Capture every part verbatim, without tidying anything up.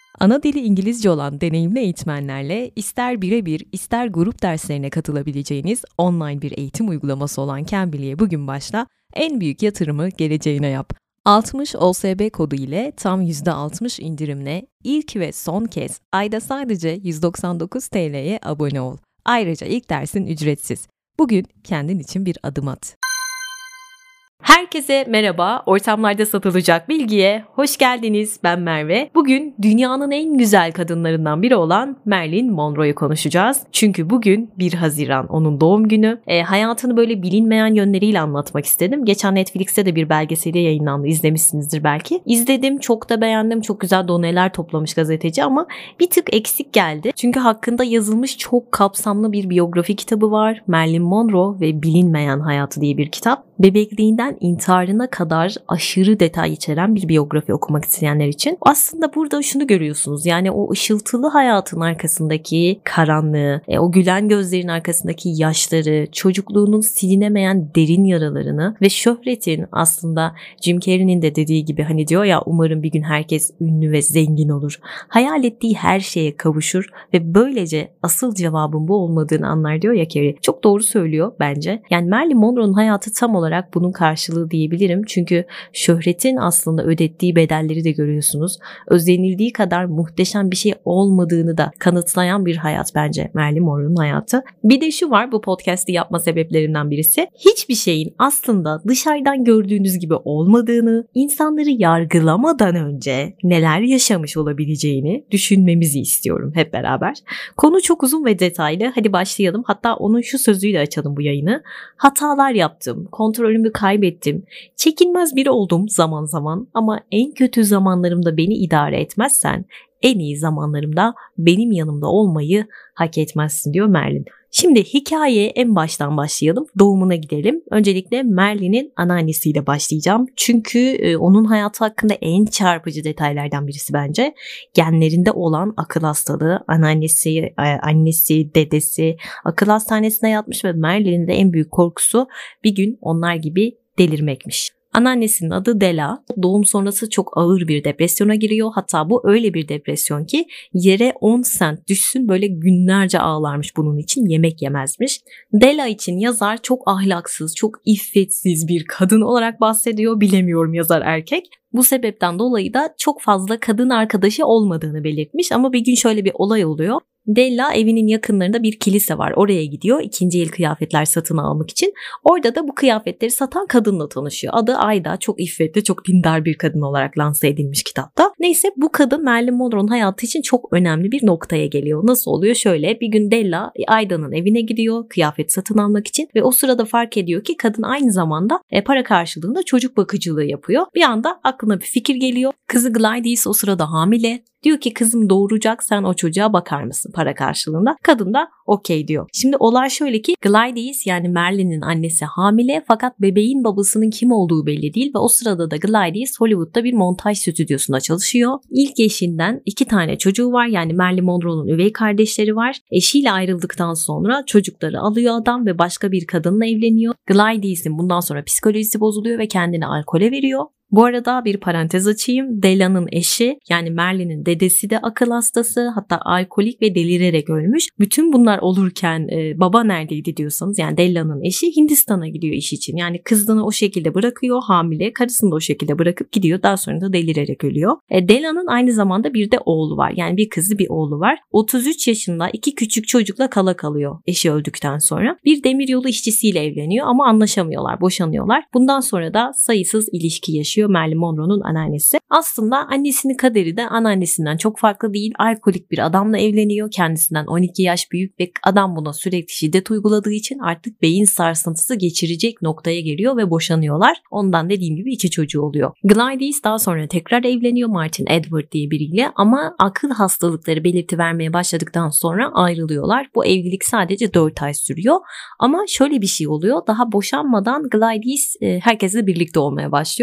Ana dili İngilizce olan deneyimli eğitmenlerle ister birebir ister grup derslerine katılabileceğiniz online bir eğitim uygulaması olan Cambly'e bugün başla, en büyük yatırımı geleceğine yap. altmış O S B kodu ile tam yüzde altmış indirimle ilk ve son kez ayda sadece yüz doksan dokuz TL'ye abone ol. Ayrıca ilk dersin ücretsiz. Bugün kendin için bir adım at. Herkese merhaba, ortamlarda satılacak bilgiye hoş geldiniz. Ben Merve. Bugün dünyanın en güzel kadınlarından biri olan Marilyn Monroe'yu konuşacağız. Çünkü bugün bir Haziran, onun doğum günü. E, hayatını böyle bilinmeyen yönleriyle anlatmak istedim. Geçen Netflix'te de bir belgeseli yayınlandı, izlemişsinizdir belki. İzledim, çok da beğendim, çok güzel doneler toplamış gazeteci ama bir tık eksik geldi. Çünkü hakkında yazılmış çok kapsamlı bir biyografi kitabı var. Marilyn Monroe ve Bilinmeyen Hayatı diye bir kitap. Bebekliğinden intiharına kadar aşırı detay içeren bir biyografi okumak isteyenler için. Aslında burada şunu görüyorsunuz, yani o ışıltılı hayatın arkasındaki karanlığı, e, o gülen gözlerin arkasındaki yaşları, çocukluğunun silinemeyen derin yaralarını ve şöhretin, aslında Jim Carrey'nin de dediği gibi, hani diyor ya, umarım bir gün herkes ünlü ve zengin olur. Hayal ettiği her şeye kavuşur ve böylece asıl cevabın bu olmadığını anlar diyor ya Carrey. Çok doğru söylüyor bence. Yani Marilyn Monroe'nun hayatı tam olarak bunun karşılığı diyebilirim. Çünkü şöhretin aslında ödettiği bedelleri de görüyorsunuz. Özlenildiği kadar muhteşem bir şey olmadığını da kanıtlayan bir hayat bence Marilyn Monroe'nun hayatı. Bir de şu var, bu podcast'i yapma sebeplerinden birisi. Hiçbir şeyin aslında dışarıdan gördüğünüz gibi olmadığını, insanları yargılamadan önce neler yaşamış olabileceğini düşünmemizi istiyorum hep beraber. Konu çok uzun ve detaylı. Hadi başlayalım. Hatta onun şu sözüyle açalım bu yayını. Hatalar yaptım, kontrolümü kaybettim, çekinmez biri oldum zaman zaman ama en kötü zamanlarımda beni idare etmezsen en iyi zamanlarımda benim yanımda olmayı hak etmezsin diyor Marilyn. Şimdi hikayeye en baştan başlayalım. Doğumuna gidelim. Öncelikle Marilyn'in anneannesiyle başlayacağım. Çünkü e, onun hayatı hakkında en çarpıcı detaylardan birisi bence. Genlerinde olan akıl hastalığı, anneannesi, e, annesi, dedesi akıl hastanesine yatmış ve Marilyn'in de en büyük korkusu bir gün onlar gibi delirmekmiş. Anneannesinin adı Della. Doğum sonrası çok ağır bir depresyona giriyor. Hatta bu öyle bir depresyon ki yere on sent düşsün böyle günlerce ağlarmış, bunun için yemek yemezmiş. Della için yazar çok ahlaksız, çok iffetsiz bir kadın olarak bahsediyor. Bilemiyorum, yazar erkek. Bu sebepten dolayı da çok fazla kadın arkadaşı olmadığını belirtmiş ama bir gün şöyle bir olay oluyor. Della evinin yakınlarında bir kilise var. Oraya gidiyor ikinci el kıyafetler satın almak için. Orada da bu kıyafetleri satan kadınla tanışıyor. Adı Ayda. Çok iffetli, çok dindar bir kadın olarak lanse edilmiş kitapta. Neyse, bu kadın Marilyn Monroe'nun hayatı için çok önemli bir noktaya geliyor. Nasıl oluyor? Şöyle, bir gün Della Ayda'nın evine gidiyor kıyafet satın almak için ve o sırada fark ediyor ki kadın aynı zamanda e, para karşılığında çocuk bakıcılığı yapıyor. Bir anda aklına bir fikir geliyor. Kızı Gladys o sırada hamile. Diyor ki, kızım doğuracak, sen o çocuğa bakar mısın para karşılığında? Kadın da okey diyor. Şimdi olay şöyle ki, Gladys yani Marilyn'in annesi hamile fakat bebeğin babasının kim olduğu belli değil ve o sırada da Gladys Hollywood'da bir montaj stüdyosunda çalışıyor. İlk eşinden iki tane çocuğu var, yani Marilyn Monroe'nun üvey kardeşleri var. Eşiyle ayrıldıktan sonra çocukları alıyor adam ve başka bir kadınla evleniyor. Gladys'in bundan sonra psikolojisi bozuluyor ve kendini alkole veriyor. Bu arada bir parantez açayım. Della'nın eşi yani Marilyn'in dedesi de akıl hastası, hatta alkolik ve delirerek ölmüş. Bütün bunlar olurken e, baba neredeydi diyorsanız, yani Della'nın eşi Hindistan'a gidiyor iş için. Yani kızını o şekilde bırakıyor hamile, karısını da o şekilde bırakıp gidiyor. Daha sonra da delirerek ölüyor. E, Della'nın aynı zamanda bir de oğlu var. Yani bir kızı bir oğlu var. otuz üç yaşında iki küçük çocukla kala kalıyor eşi öldükten sonra. Bir demiryolu işçisiyle evleniyor ama anlaşamıyorlar, boşanıyorlar. Bundan sonra da sayısız ilişki yaşıyor Marilyn Monroe'nun anneannesi. Aslında annesinin kaderi de anneannesinden çok farklı değil. Alkolik bir adamla evleniyor. Kendisinden on iki yaş büyük ve adam buna sürekli şiddet uyguladığı için artık beyin sarsıntısı geçirecek noktaya geliyor ve boşanıyorlar. Ondan dediğim gibi iki çocuğu oluyor. Gladys daha sonra tekrar evleniyor Martin Edward diye biriyle ama akıl hastalıkları belirti vermeye başladıktan sonra ayrılıyorlar. Bu evlilik sadece dört ay sürüyor. Ama şöyle bir şey oluyor. Daha boşanmadan Gladys e, herkesle birlikte olmaya başlıyor ve o sırada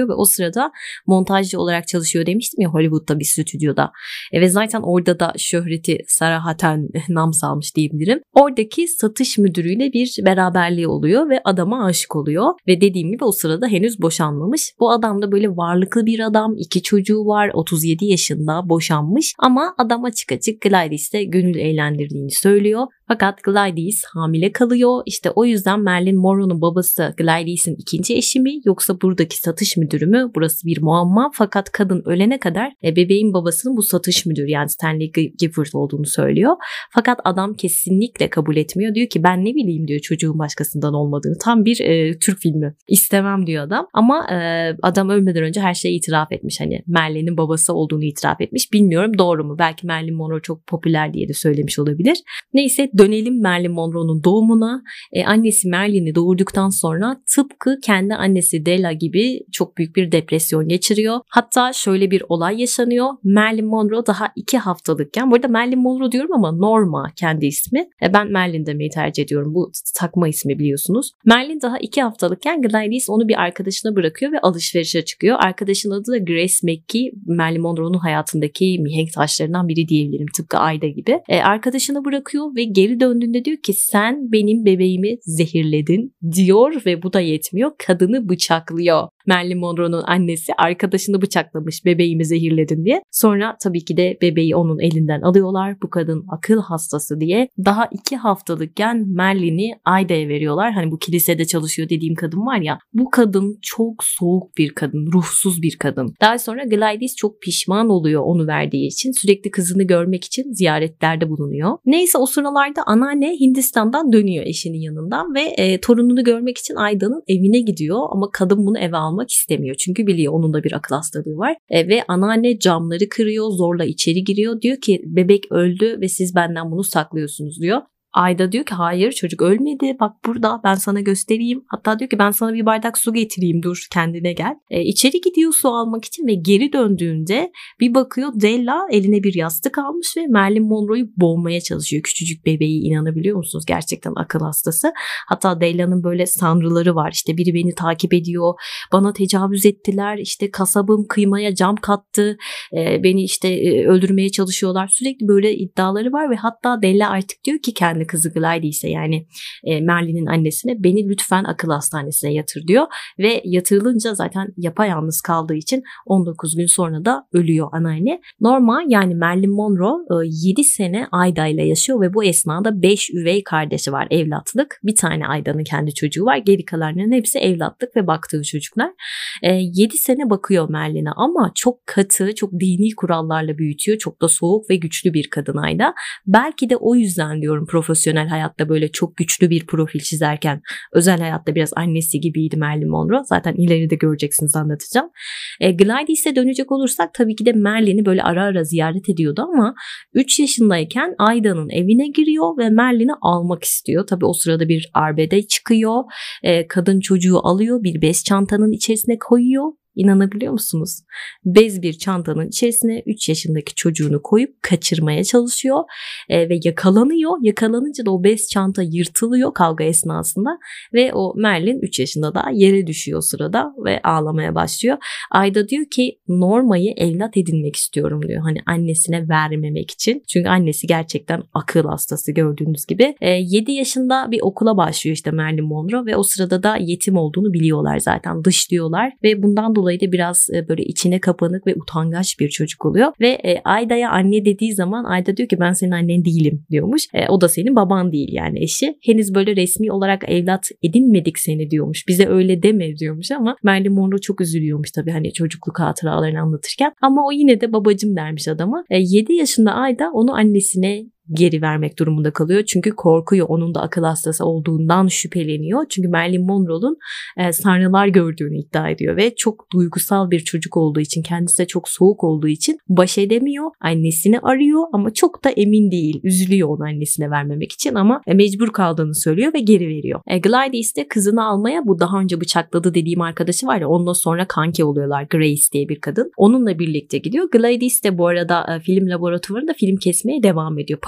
sırada montajcı olarak çalışıyor demiştim ya, Hollywood'da bir stüdyoda. E, ve zaten orada da şöhreti sarahaten nam salmış diyebilirim. Oradaki satış müdürüyle bir beraberliği oluyor ve adama aşık oluyor. Ve dediğim gibi o sırada henüz boşanmamış. Bu adam da böyle varlıklı bir adam. iki çocuğu var. otuz yedi yaşında, boşanmış. Ama adam açık açık Gladys'te gönül eğlendirdiğini söylüyor. Fakat Gladys hamile kalıyor. İşte o yüzden Marilyn Monroe'nun babası Gladys'in ikinci eşi mi yoksa buradaki satış müdürü mü? Burası bir muamma. Fakat kadın ölene kadar e, bebeğin babasının bu satış müdürü yani Stanley Gifford olduğunu söylüyor. Fakat adam kesinlikle kabul etmiyor. Diyor ki ben ne bileyim diyor çocuğun başkasından olmadığını. Tam bir e, Türk filmi. İstemem diyor adam. Ama e, adam ölmeden önce her şeyi itiraf etmiş. Hani Marilyn'in babası olduğunu itiraf etmiş. Bilmiyorum doğru mu? Belki Marilyn Monroe çok popüler diye de söylemiş olabilir. Neyse dönelim Marilyn Monroe'nun doğumuna. E, annesi Marilyn'i doğurduktan sonra tıpkı kendi annesi Della gibi çok büyük bir depresyon geçiriyor. Hatta şöyle bir olay yaşanıyor. Marilyn Monroe daha iki haftalıkken, bu arada Marilyn Monroe diyorum ama Norma kendi ismi. E, ben Marilyn demeyi tercih ediyorum. Bu takma ismi biliyorsunuz. Marilyn daha iki haftalıkken Gladys onu bir arkadaşına bırakıyor ve alışverişe çıkıyor. Arkadaşının adı da Grace McKee. Marilyn Monroe'nun hayatındaki mihenk taşlarından biri diyebilirim. Tıpkı Ayda gibi. E, arkadaşını bırakıyor ve geri döndüğünde diyor ki sen benim bebeğimi zehirledin diyor ve bu da yetmiyor. Kadını bıçaklıyor. Marilyn Monroe'nun annesi arkadaşını bıçaklamış bebeğimi zehirledin diye. Sonra tabii ki de bebeği onun elinden alıyorlar. Bu kadın akıl hastası diye. Daha iki haftalıkken Marilyn'i Ayda'ya veriyorlar. Hani bu kilisede çalışıyor dediğim kadın var ya. Bu kadın çok soğuk bir kadın. Ruhsuz bir kadın. Daha sonra Gladys çok pişman oluyor onu verdiği için. Sürekli kızını görmek için ziyaretlerde bulunuyor. Neyse o sıralarda anneanne Hindistan'dan dönüyor eşinin yanından ve e, torununu görmek için Ayda'nın evine gidiyor. Ama kadın bunu eve almak istemiyor. Çünkü biliyor onun da bir akıl hastalığı var. E, ve anneanne camları kırıyor, zorla içeri giriyor. Diyor ki bebek öldü ve siz benden bunu saklıyorsunuz diyor. Ayda diyor ki hayır çocuk ölmedi, bak burada ben sana göstereyim. Hatta diyor ki ben sana bir bardak su getireyim, dur kendine gel. E, içeri gidiyor su almak için ve geri döndüğünde bir bakıyor Della eline bir yastık almış ve Marilyn Monroe'yu boğmaya çalışıyor. Küçücük bebeği, inanabiliyor musunuz? Gerçekten akıl hastası. Hatta Della'nın böyle sanrıları var. İşte biri beni takip ediyor, bana tecavüz ettiler, işte kasabım kıymaya cam kattı, e, beni işte e, öldürmeye çalışıyorlar. Sürekli böyle iddiaları var ve hatta Della artık diyor ki kendi kızı Gladys'e yani e, Marilyn'in annesine beni lütfen akıl hastanesine yatır diyor ve yatırılınca zaten yapayalnız kaldığı için on dokuz gün sonra da ölüyor anneanne. Norma yani Marilyn Monroe e, yedi sene Ayda ile yaşıyor ve bu esnada beş üvey kardeşi var, evlatlık. Bir tane Ayda'nın kendi çocuğu var. Geri kalanların hepsi evlatlık ve baktığı çocuklar. E, yedi sene bakıyor Marilyn'e ama çok katı, çok dini kurallarla büyütüyor. Çok da soğuk ve güçlü bir kadın Ayda. Belki de o yüzden diyorum profesyonel hayatta böyle çok güçlü bir profil çizerken özel hayatta biraz annesi gibiydi Marilyn Monroe. Zaten ileride göreceksiniz, anlatacağım. E, Gladys'e dönecek olursak tabii ki de Marilyn'i böyle ara ara ziyaret ediyordu ama üç yaşındayken Ayda'nın evine giriyor ve Marilyn'i almak istiyor. Tabii o sırada bir arbede çıkıyor. E, kadın çocuğu alıyor, bir bez çantanın içerisine koyuyor. İnanabiliyor musunuz? Bez bir çantanın içerisine üç yaşındaki çocuğunu koyup kaçırmaya çalışıyor e, ve yakalanıyor. Yakalanınca da o bez çanta yırtılıyor kavga esnasında ve o Marilyn üç yaşında da yere düşüyor o sırada ve ağlamaya başlıyor. Ayda diyor ki Norma'yı evlat edinmek istiyorum diyor. Hani annesine vermemek için. Çünkü annesi gerçekten akıl hastası gördüğünüz gibi. E, yedi yaşında bir okula başlıyor işte Marilyn Monroe ve o sırada da yetim olduğunu biliyorlar zaten. Dışlıyorlar ve bundan dolayı da biraz böyle içine kapanık ve utangaç bir çocuk oluyor ve Ayda'ya anne dediği zaman Ayda diyor ki ben senin annen değilim diyormuş. E, o da senin baban değil yani eşi. Henüz böyle resmi olarak evlat edinmedik seni diyormuş. Bize öyle deme diyormuş ama Marilyn Monroe çok üzülüyormuş tabii hani çocukluk hatıralarını anlatırken. Ama o yine de babacım dermiş adama. E, yedi yaşında Ayda onu annesine geri vermek durumunda kalıyor. Çünkü korkuyor. Onun da akıl hastası olduğundan şüpheleniyor. Çünkü Marilyn Monroe'nun e, sanrılar gördüğünü iddia ediyor ve çok duygusal bir çocuk olduğu için, kendisi de çok soğuk olduğu için baş edemiyor. Annesini arıyor ama çok da emin değil. Üzülüyor onu annesine vermemek için ama e, mecbur kaldığını söylüyor ve geri veriyor. E, Gladys de kızını almaya bu daha önce bıçakladı dediğim arkadaşı var ya, onunla sonra kanki oluyorlar. Grace diye bir kadın. Onunla birlikte gidiyor. Gladys de bu arada e, film laboratuvarında film kesmeye devam ediyor.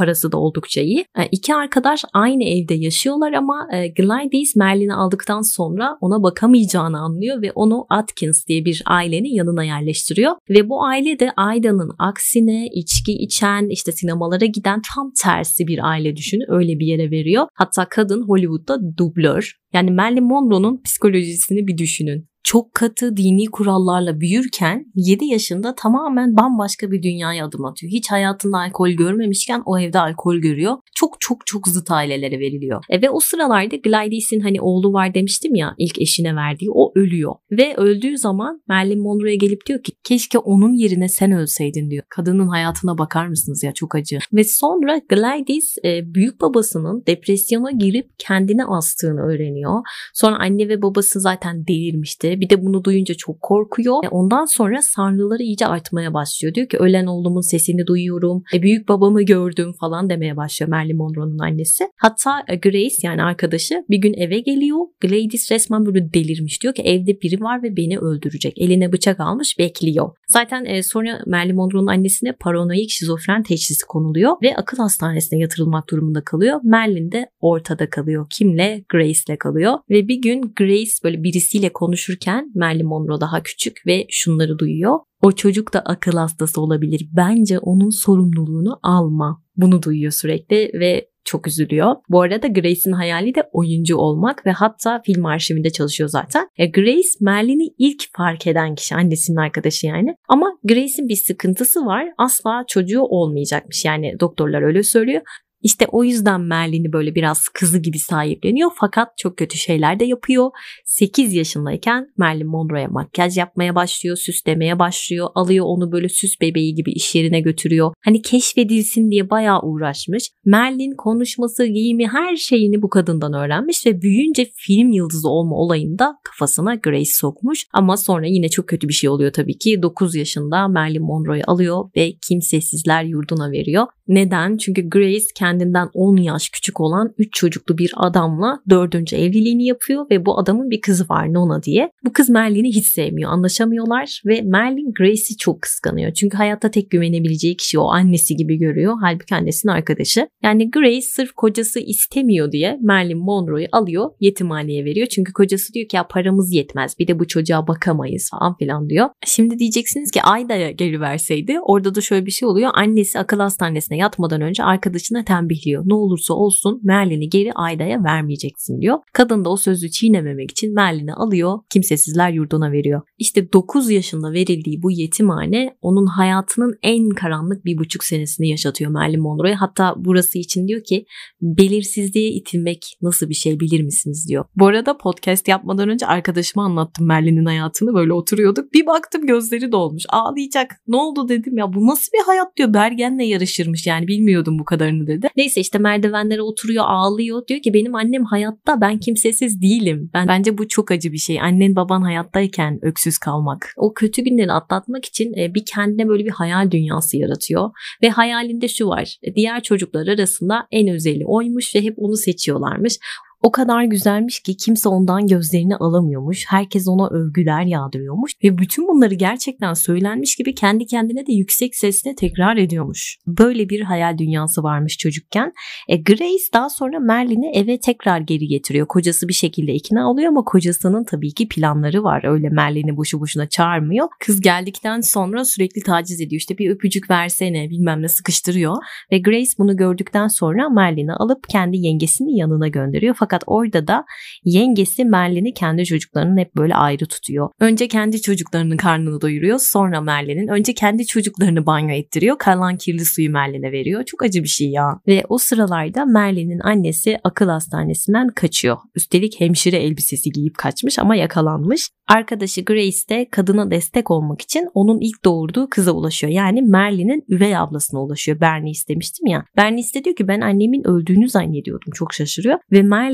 parası da oldukça iyi. İki arkadaş aynı evde yaşıyorlar ama Gladys Merlin'i aldıktan sonra ona bakamayacağını anlıyor ve onu Atkins diye bir ailenin yanına yerleştiriyor. Ve bu aile de Aida'nın aksine içki içen, işte sinemalara giden tam tersi bir aile düşünün. Öyle bir yere veriyor. Hatta kadın Hollywood'da dublör. Yani Marilyn Monroe'nun psikolojisini bir düşünün. Çok katı dini kurallarla büyürken yedi yaşında tamamen bambaşka bir dünyaya adım atıyor. Hiç hayatında alkol görmemişken o evde alkol görüyor. Çok çok çok zıt ailelere veriliyor. E ve o sıralarda Gladys'in hani oğlu var demiştim ya, ilk eşine verdiği, o ölüyor. Ve öldüğü zaman Marilyn Monroe'ya gelip diyor ki keşke onun yerine sen ölseydin diyor. Kadının hayatına bakar mısınız ya, çok acı. Ve sonra Gladys e, büyük babasının depresyona girip kendini astığını öğreniyor. Sonra anne ve babası zaten delirmişti. Bir de bunu duyunca çok korkuyor. Ondan sonra sanrıları iyice artmaya başlıyor. Diyor ki ölen oğlumun sesini duyuyorum. E, büyük babamı gördüm falan demeye başlıyor Marilyn Monroe'nun annesi. Hatta Grace yani arkadaşı bir gün eve geliyor. Gladys resmen böyle delirmiş. Diyor ki evde biri var ve beni öldürecek. Eline bıçak almış bekliyor. Zaten e, sonra Marilyn Monroe'nun annesine paranoid şizofren teşhisi konuluyor ve akıl hastanesine yatırılmak durumunda kalıyor. Marilyn de ortada kalıyor. Kimle? Grace'le kalıyor. Ve bir gün Grace böyle birisiyle konuşurken Marilyn Monroe daha küçük ve şunları duyuyor. O çocuk da akıl hastası olabilir. Bence onun sorumluluğunu alma. Bunu duyuyor sürekli ve çok üzülüyor. Bu arada Grace'in hayali de oyuncu olmak ve hatta film arşivinde çalışıyor zaten. E, Grace Marilyn'i ilk fark eden kişi, annesinin arkadaşı yani. Ama Grace'in bir sıkıntısı var. Asla çocuğu olmayacakmış. Yani doktorlar öyle söylüyor. İşte o yüzden Merlin'i böyle biraz kızı gibi sahipleniyor fakat çok kötü şeyler de yapıyor. sekiz yaşındayken Marilyn Monroe'ya makyaj yapmaya başlıyor, süslemeye başlıyor. Alıyor onu böyle süs bebeği gibi iş yerine götürüyor. Hani keşfedilsin diye bayağı uğraşmış. Marilyn konuşması, giyimi, her şeyini bu kadından öğrenmiş ve büyüyünce film yıldızı olma olayında kafasına Grace sokmuş. Ama sonra yine çok kötü bir şey oluyor tabii ki. dokuz yaşında Marilyn Monroe'yu alıyor ve kimsesizler yurduna veriyor. Neden? Çünkü Grace kendinden on yaş küçük olan üç çocuklu bir adamla dördüncü evliliğini yapıyor ve bu adamın bir kızı var, Nona diye. Bu kız Merlin'i hiç sevmiyor, anlaşamıyorlar ve Merlin Grace'i çok kıskanıyor. Çünkü hayatta tek güvenebileceği kişi o, annesi gibi görüyor. Halbuki annesinin arkadaşı. Yani Grace sırf kocası istemiyor diye Marilyn Monroe'yu alıyor, yetimhaneye veriyor. Çünkü kocası diyor ki ya paramız yetmez, bir de bu çocuğa bakamayız falan filan diyor. Şimdi diyeceksiniz ki Aida'ya geri verseydi, orada da şöyle bir şey oluyor. Annesi akıl hastanesine yatmadan önce arkadaşına tembihliyor. Ne olursa olsun Merlin'i geri Aida'ya vermeyeceksin diyor. Kadın da o sözü çiğnememek için Merlin'i alıyor, kimsesizler yurduna veriyor. İşte dokuz yaşında verildiği bu yetimhane onun hayatının en karanlık bir buçuk senesini yaşatıyor Marilyn Monroe'ya. Hatta burası için diyor ki belirsizliğe itilmek nasıl bir şey bilir misiniz diyor. Bu arada podcast yapmadan önce arkadaşıma anlattım Merlin'in hayatını, böyle oturuyorduk. Bir baktım gözleri dolmuş, ağlayacak. Ne oldu dedim ya, bu nasıl bir hayat diyor, Bergen'le yarışırmış yani, bilmiyordum bu kadarını dedi. Neyse işte merdivenlere oturuyor, ağlıyor. Diyor ki benim annem hayatta, ben kimsesiz değilim. Ben, bence bu çok acı bir şey. Annen baban hayattayken öksüz kalmak. O kötü günleri atlatmak için bir kendine böyle bir hayal dünyası yaratıyor. Ve hayalinde şu var. Diğer çocuklar arasında en özeli oymuş ve hep onu seçiyorlarmış. O kadar güzelmiş ki kimse ondan gözlerini alamıyormuş. Herkes ona övgüler yağdırıyormuş. Ve bütün bunları gerçekten söylenmiş gibi kendi kendine de yüksek sesle tekrar ediyormuş. Böyle bir hayal dünyası varmış çocukken. E, Grace daha sonra Merlin'i eve tekrar geri getiriyor. Kocası bir şekilde ikna oluyor ama kocasının tabii ki planları var. Öyle Merlin'i boşu boşuna çağırmıyor. Kız geldikten sonra sürekli taciz ediyor. İşte bir öpücük versene bilmem ne, sıkıştırıyor. Ve Grace bunu gördükten sonra Merlin'i alıp kendi yengesinin yanına gönderiyor. Fakat orada da yengesi Merlin'i kendi çocuklarının hep böyle ayrı tutuyor. Önce kendi çocuklarının karnını doyuruyor. Sonra Merlin'in önce kendi çocuklarını banyo ettiriyor. Kalan kirli suyu Merlin'e veriyor. Çok acı bir şey ya. Ve o sıralarda Merlin'in annesi akıl hastanesinden kaçıyor. Üstelik hemşire elbisesi giyip kaçmış ama yakalanmış. Arkadaşı Grace de kadına destek olmak için onun ilk doğurduğu kıza ulaşıyor. Yani Merlin'in üvey ablasına ulaşıyor. Bernice demiştim ya. Bernice de diyor ki ben annemin öldüğünü zannediyordum. Çok şaşırıyor. Ve Merlin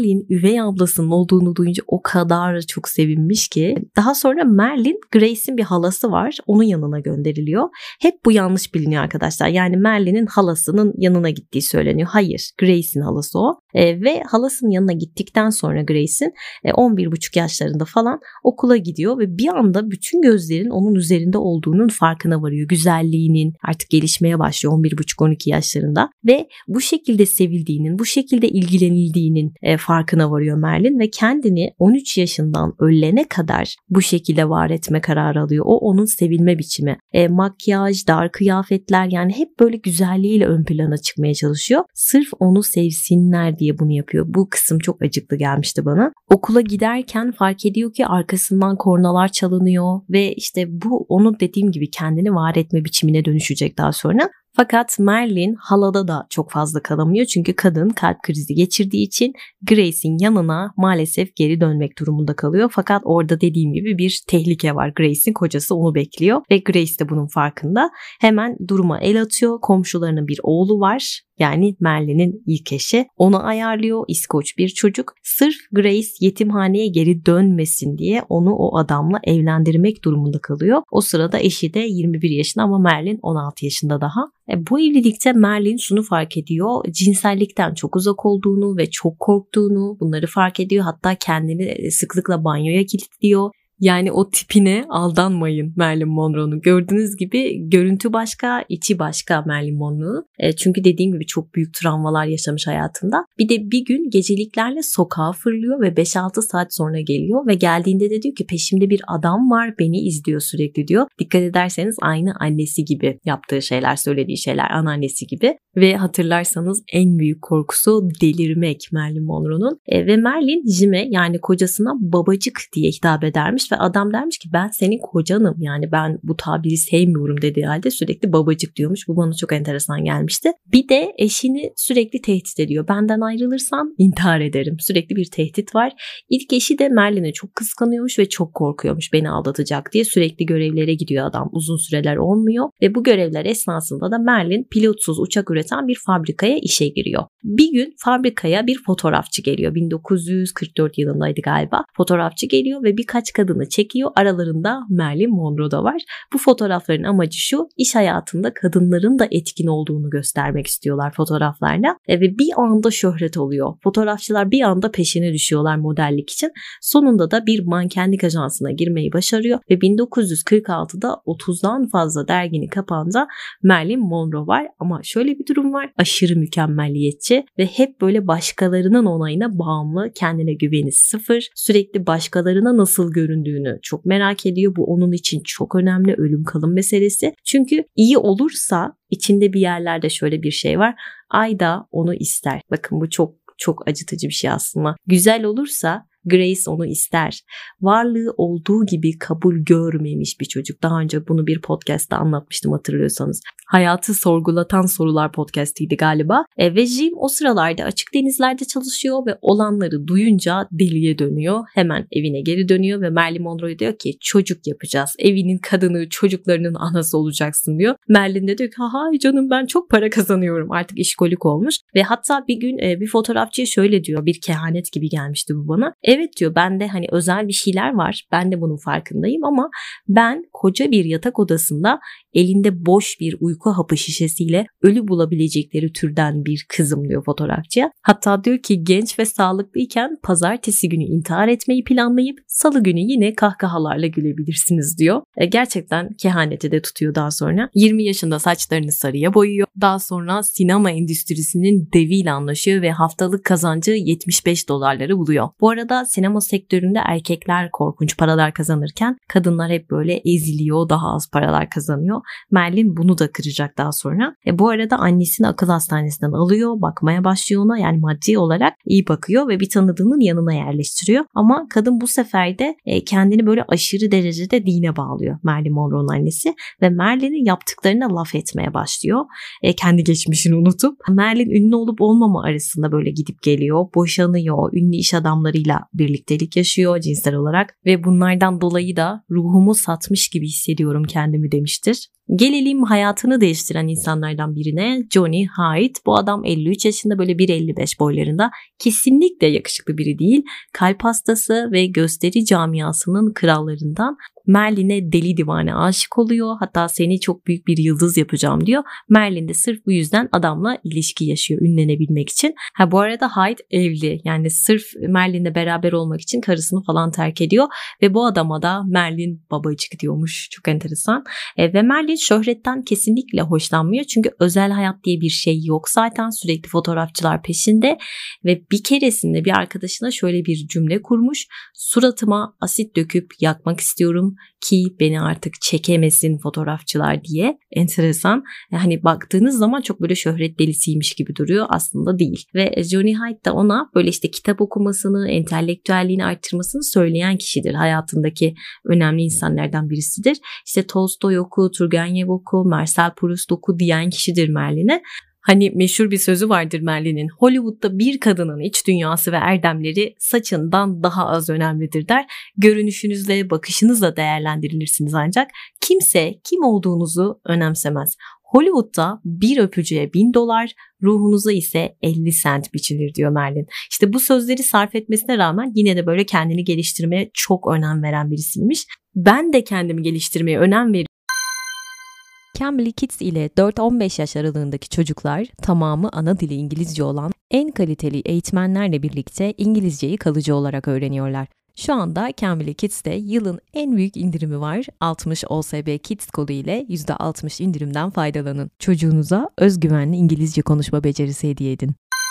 Merlin üvey ablasının olduğunu duyunca o kadar çok sevinmiş ki. Daha sonra Merlin, Grace'in bir halası var. Onun yanına gönderiliyor. Hep bu yanlış biliniyor arkadaşlar. Yani Merlin'in halasının yanına gittiği söyleniyor. Hayır, Grace'in halası o. E, ve halasının yanına gittikten sonra Grace'in e, on bir buçuk yaşlarında falan okula gidiyor ve bir anda bütün gözlerin onun üzerinde olduğunun farkına varıyor. Güzelliğinin artık gelişmeye başlıyor on bir buçuk on iki yaşlarında ve bu şekilde sevildiğinin, bu şekilde ilgilenildiğinin e, farkına varıyor Merlin ve kendini on üç yaşından ölene kadar bu şekilde var etme kararı alıyor. O onun sevilme biçimi. E, makyaj, dar kıyafetler, yani hep böyle güzelliğiyle ön plana çıkmaya çalışıyor. Sırf onu sevsinler diye bunu yapıyor. Bu kısım çok acıklı gelmişti bana. Okula giderken fark ediyor ki arkasından kornalar çalınıyor ve işte bu onun dediğim gibi kendini var etme biçimine dönüşecek daha sonra. Fakat Merlin halada da çok fazla kalamıyor çünkü kadın kalp krizi geçirdiği için Grace'in yanına maalesef geri dönmek durumunda kalıyor. Fakat orada dediğim gibi bir tehlike var. Grace'in kocası onu bekliyor ve Grace de bunun farkında. Hemen duruma el atıyor. Komşularının bir oğlu var. Yani Merlin'in ilk eşi. Onu ayarlıyor. İskoç bir çocuk. Sırf Grace yetimhaneye geri dönmesin diye onu o adamla evlendirmek durumunda kalıyor. O sırada eşi de yirmi bir yaşında ama Merlin on altı yaşında daha. E, bu evlilikte Merlin şunu fark ediyor. Cinsellikten çok uzak olduğunu ve çok korktuğunu bunları fark ediyor. Hatta kendini sıklıkla banyoya kilitliyor. Yani o tipine aldanmayın Marilyn Monroe'nun. Gördüğünüz gibi görüntü başka, içi başka Marilyn Monroe'nun. E, çünkü dediğim gibi çok büyük travmalar yaşamış hayatında. Bir de bir gün geceliklerle sokağa fırlıyor ve beş altı saat sonra geliyor ve geldiğinde de diyor ki peşimde bir adam var, beni izliyor sürekli diyor. Dikkat ederseniz aynı annesi gibi yaptığı şeyler, söylediği şeyler anneannesi gibi. Ve hatırlarsanız en büyük korkusu delirmek Marilyn Monroe'nun. E, ve Merlin Jim'e, yani kocasına babacık diye hitap edermiş ve adam dermiş ki ben senin kocanım, yani ben bu tabiri sevmiyorum dediği halde sürekli babacık diyormuş. Bu bana çok enteresan gelmişti. Bir de eşini sürekli tehdit ediyor. Benden ayrılırsan intihar ederim. Sürekli bir tehdit var. İlk eşi de Merlin'i çok kıskanıyormuş ve çok korkuyormuş beni aldatacak diye. Sürekli görevlere gidiyor adam. Uzun süreler olmuyor ve bu görevler esnasında da Merlin pilotsuz uçak üreten bir fabrikaya işe giriyor. Bir gün fabrikaya bir fotoğrafçı geliyor. bin dokuz yüz kırk dört yılındaydı galiba. Fotoğrafçı geliyor ve birkaç kadını çekiyor. Aralarında Marilyn Monroe da var. Bu fotoğrafların amacı şu: iş hayatında kadınların da etkin olduğunu göstermek istiyorlar fotoğraflarla. E, ve bir anda şöhret oluyor. Fotoğrafçılar bir anda peşine düşüyorlar modellik için. Sonunda da bir mankenlik ajansına girmeyi başarıyor ve bin dokuz yüz kırk altıda otuzdan fazla derginin kapağında Marilyn Monroe var. Ama şöyle bir durum var: aşırı mükemmelliyetçi ve hep böyle başkalarının onayına bağımlı, kendine güveni sıfır, sürekli başkalarına nasıl göründüğünü çok merak ediyor. Bu onun için çok önemli, ölüm kalım meselesi. Çünkü iyi olursa, içinde bir yerlerde şöyle bir şey var: Ayda onu ister. Bakın bu çok çok acıtıcı bir şey aslında. Güzel olursa Grace onu ister. Varlığı olduğu gibi kabul görmemiş bir çocuk. Daha önce bunu bir podcast'ta anlatmıştım hatırlıyorsanız. Hayatı sorgulatan sorular podcast'iydi galiba. E, ve Jim o sıralarda açık denizlerde çalışıyor ve olanları duyunca deliye dönüyor. Hemen evine geri dönüyor ve Marilyn Monroe diyor ki çocuk yapacağız. Evinin kadını, çocuklarının anası olacaksın diyor. Marilyn de diyor ki hay canım, ben çok para kazanıyorum. Artık işkolik olmuş. Ve hatta bir gün e, bir fotoğrafçıya şöyle diyor. Bir kehanet gibi gelmişti bu bana. Evet diyor, bende hani özel bir şeyler var. Ben de bunun farkındayım ama ben koca bir yatak odasında elinde boş bir uyku hapı şişesiyle ölü bulabilecekleri türden bir kızım diyor fotoğrafçıya. Hatta diyor ki genç ve sağlıklıyken pazartesi günü intihar etmeyi planlayıp salı günü yine kahkahalarla gülebilirsiniz diyor. E, gerçekten kehaneti de tutuyor daha sonra. yirmi yaşında saçlarını sarıya boyuyor. Daha sonra sinema endüstrisinin deviyle anlaşıyor ve haftalık kazancı yetmiş beş dolarları buluyor. Bu arada sinema sektöründe erkekler korkunç paralar kazanırken kadınlar hep böyle eziliyor, daha az paralar kazanıyor. Merlin bunu da kıracak daha sonra. E bu arada annesini akıl hastanesinden alıyor, bakmaya başlıyor ona, yani maddi olarak iyi bakıyor ve bir tanıdığının yanına yerleştiriyor. Ama kadın bu sefer de e, kendini böyle aşırı derecede dine bağlıyor, Marilyn Monroe'nun annesi, ve Merlin'in yaptıklarına laf etmeye başlıyor. E, kendi geçmişini unutup Merlin ünlü olup olmama arasında böyle gidip geliyor, boşanıyor, ünlü iş adamlarıyla birliktelik yaşıyor cinsel olarak ve bunlardan dolayı da ruhumu satmış gibi hissediyorum kendimi demiştir. Gelelim hayatını değiştiren insanlardan birine, Johnny Hyde. Bu adam elli üç yaşında, böyle bir elli beş boylarında. Kesinlikle yakışıklı biri değil. Kalp hastası ve gösteri camiasının krallarından. Merlin'e deli divane aşık oluyor. Hatta seni çok büyük bir yıldız yapacağım diyor. Merlin de sırf bu yüzden adamla ilişki yaşıyor ünlenebilmek için. Ha bu arada Hyde evli. Yani sırf Merlin'le beraber olmak için karısını falan terk ediyor. Ve bu adama da Merlin babacık diyormuş. Çok enteresan. E, ve Merlin şöhretten kesinlikle hoşlanmıyor. Çünkü özel hayat diye bir şey yok. Zaten sürekli fotoğrafçılar peşinde. Ve bir keresinde bir arkadaşına şöyle bir cümle kurmuş. Suratıma asit döküp yakmak istiyorum ki beni artık çekemesin fotoğrafçılar diye. Enteresan. Yani baktığınız zaman çok böyle şöhret delisiymiş gibi duruyor. Aslında değil. Ve Johnny Hyde de ona böyle işte kitap okumasını, entelektüelliğini arttırmasını söyleyen kişidir. Hayatındaki önemli insanlardan birisidir. İşte Tolstoy oku, Turgenev oku, Marcel Proust oku diyen kişidir Merlin'e. Hani meşhur bir sözü vardır Merlin'in. Hollywood'da bir kadının iç dünyası ve erdemleri saçından daha az önemlidir der. Görünüşünüzle, bakışınızla değerlendirilirsiniz ancak kimse kim olduğunuzu önemsemez. Hollywood'da bir öpücüğe bin dolar, ruhunuza ise elli sent biçilir diyor Merlin. İşte bu sözleri sarf etmesine rağmen yine de böyle kendini geliştirmeye çok önem veren birisiymiş. Ben de kendimi geliştirmeye önem veriyorum. Cambly Kids ile dört on beş yaş aralığındaki çocuklar tamamı ana dili İngilizce olan en kaliteli eğitmenlerle birlikte İngilizceyi kalıcı olarak öğreniyorlar. Şu anda Cambly Kids'te yılın en büyük indirimi var. altmış O S B Kids kodu ile yüzde altmış indirimden faydalanın. Çocuğunuza özgüvenli İngilizce konuşma becerisi hediye edin.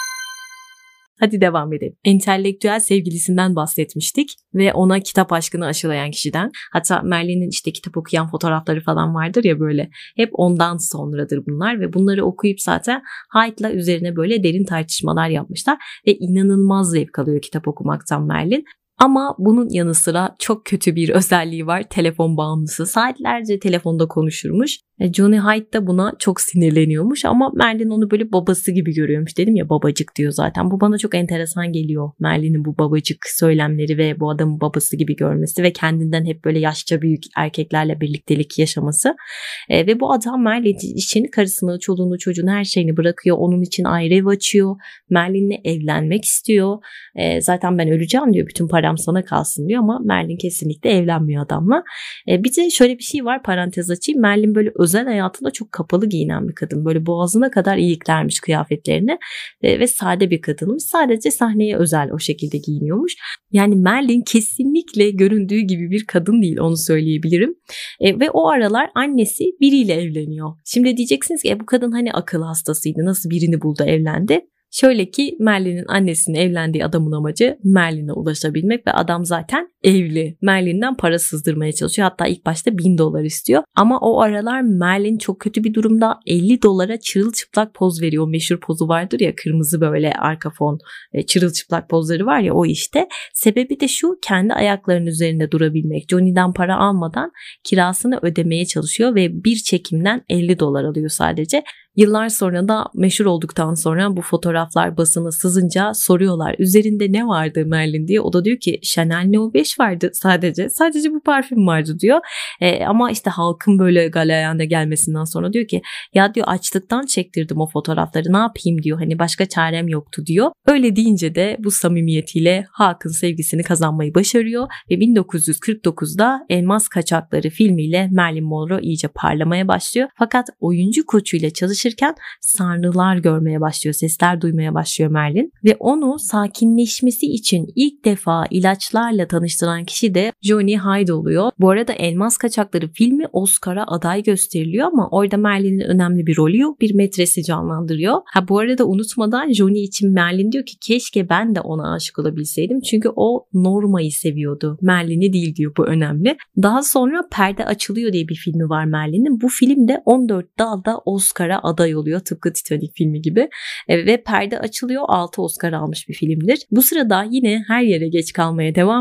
Hadi devam edelim. Entelektüel sevgilisinden bahsetmiştik ve ona kitap aşkını aşılayan kişiden. Hatta Merlin'in işte kitap okuyan fotoğrafları falan vardır ya böyle. Hep ondan sonradır bunlar ve bunları okuyup zaten Hyde'la üzerine böyle derin tartışmalar yapmışlar. Ve inanılmaz zevk alıyor kitap okumaktan Merlin. Ama bunun yanı sıra çok kötü bir özelliği var. Telefon bağımlısı. Saatlerce telefonda konuşurmuş. Johnny Hyde de buna çok sinirleniyormuş ama Merlin onu böyle babası gibi görüyormuş. Dedim ya babacık diyor zaten. Bu bana çok enteresan geliyor. Merlin'in bu babacık söylemleri ve bu adamın babası gibi görmesi ve kendinden hep böyle yaşça büyük erkeklerle birliktelik yaşaması. E, ve bu adam Merlin için karısını, çoluğunu, çocuğunu, her şeyini bırakıyor. Onun için ayrı ev açıyor. Merlin'le evlenmek istiyor. E, zaten ben öleceğim diyor. Bütün param sana kalsın diyor ama Merlin kesinlikle evlenmiyor adamla. E, bir de şöyle bir şey var, parantez açayım. Merlin böyle özel hayatında çok kapalı giyinen bir kadın. Böyle boğazına kadar iliklermiş kıyafetlerini e, ve sade bir kadınmış. Sadece sahneye özel o şekilde giyiniyormuş. Yani Merlin kesinlikle göründüğü gibi bir kadın değil, onu söyleyebilirim. E, ve o aralar annesi biriyle evleniyor. Şimdi diyeceksiniz ki e, bu kadın hani akıl hastasıydı, nasıl birini buldu evlendi? Şöyle ki Merlin'in annesinin evlendiği adamın amacı Merlin'e ulaşabilmek ve adam zaten evli. Merlin'den para sızdırmaya çalışıyor. Hatta ilk başta bin dolar istiyor. Ama o aralar Merlin çok kötü bir durumda, elli dolara çırılçıplak poz veriyor. O meşhur pozu vardır ya, kırmızı böyle arka fon çırılçıplak pozları var ya, o işte. Sebebi de şu, kendi ayaklarının üzerinde durabilmek. Johnny'den para almadan kirasını ödemeye çalışıyor ve bir çekimden elli dolar alıyor sadece. Yıllar sonra da meşhur olduktan sonra bu fotoğraflar basına sızınca soruyorlar üzerinde ne vardı Merlin diye. O da diyor ki Chanel No beş vardı sadece. Sadece bu parfüm vardı diyor. E, ama işte halkın böyle galeyanda gelmesinden sonra diyor ki ya diyor açlıktan çektirdim o fotoğrafları, ne yapayım diyor. Hani başka çarem yoktu diyor. Öyle deyince de bu samimiyetiyle halkın sevgisini kazanmayı başarıyor ve bin dokuz yüz kırk dokuzda Elmas Kaçakları filmiyle Marilyn Monroe iyice parlamaya başlıyor. Fakat oyuncu koçuyla çalışırken sanrılar görmeye başlıyor, sesler duymaya başlıyor Merlin ve onu sakinleşmesi için ilk defa ilaçlarla tanıştıran kişi de Johnny Hyde oluyor. Bu arada Elmas Kaçakları filmi Oscar'a aday gösteriliyor ama orada Merlin'in önemli bir rolü yok. Bir metresi canlandırıyor. Ha bu arada unutmadan Johnny için Merlin diyor ki keşke ben de ona aşık olabilseydim. Çünkü o Norma'yı seviyordu. Merlin'i değil diyor, bu önemli. Daha sonra Perde Açılıyor diye bir filmi var Merlin'in. Bu film de on dört dalda Oscar'a aday oluyor. Tıpkı Titanic filmi gibi. E, ve Perde Açılıyor altı Oscar almış bir filmdir. Bu sırada yine her yere geç kalmaya devam ediyor. Her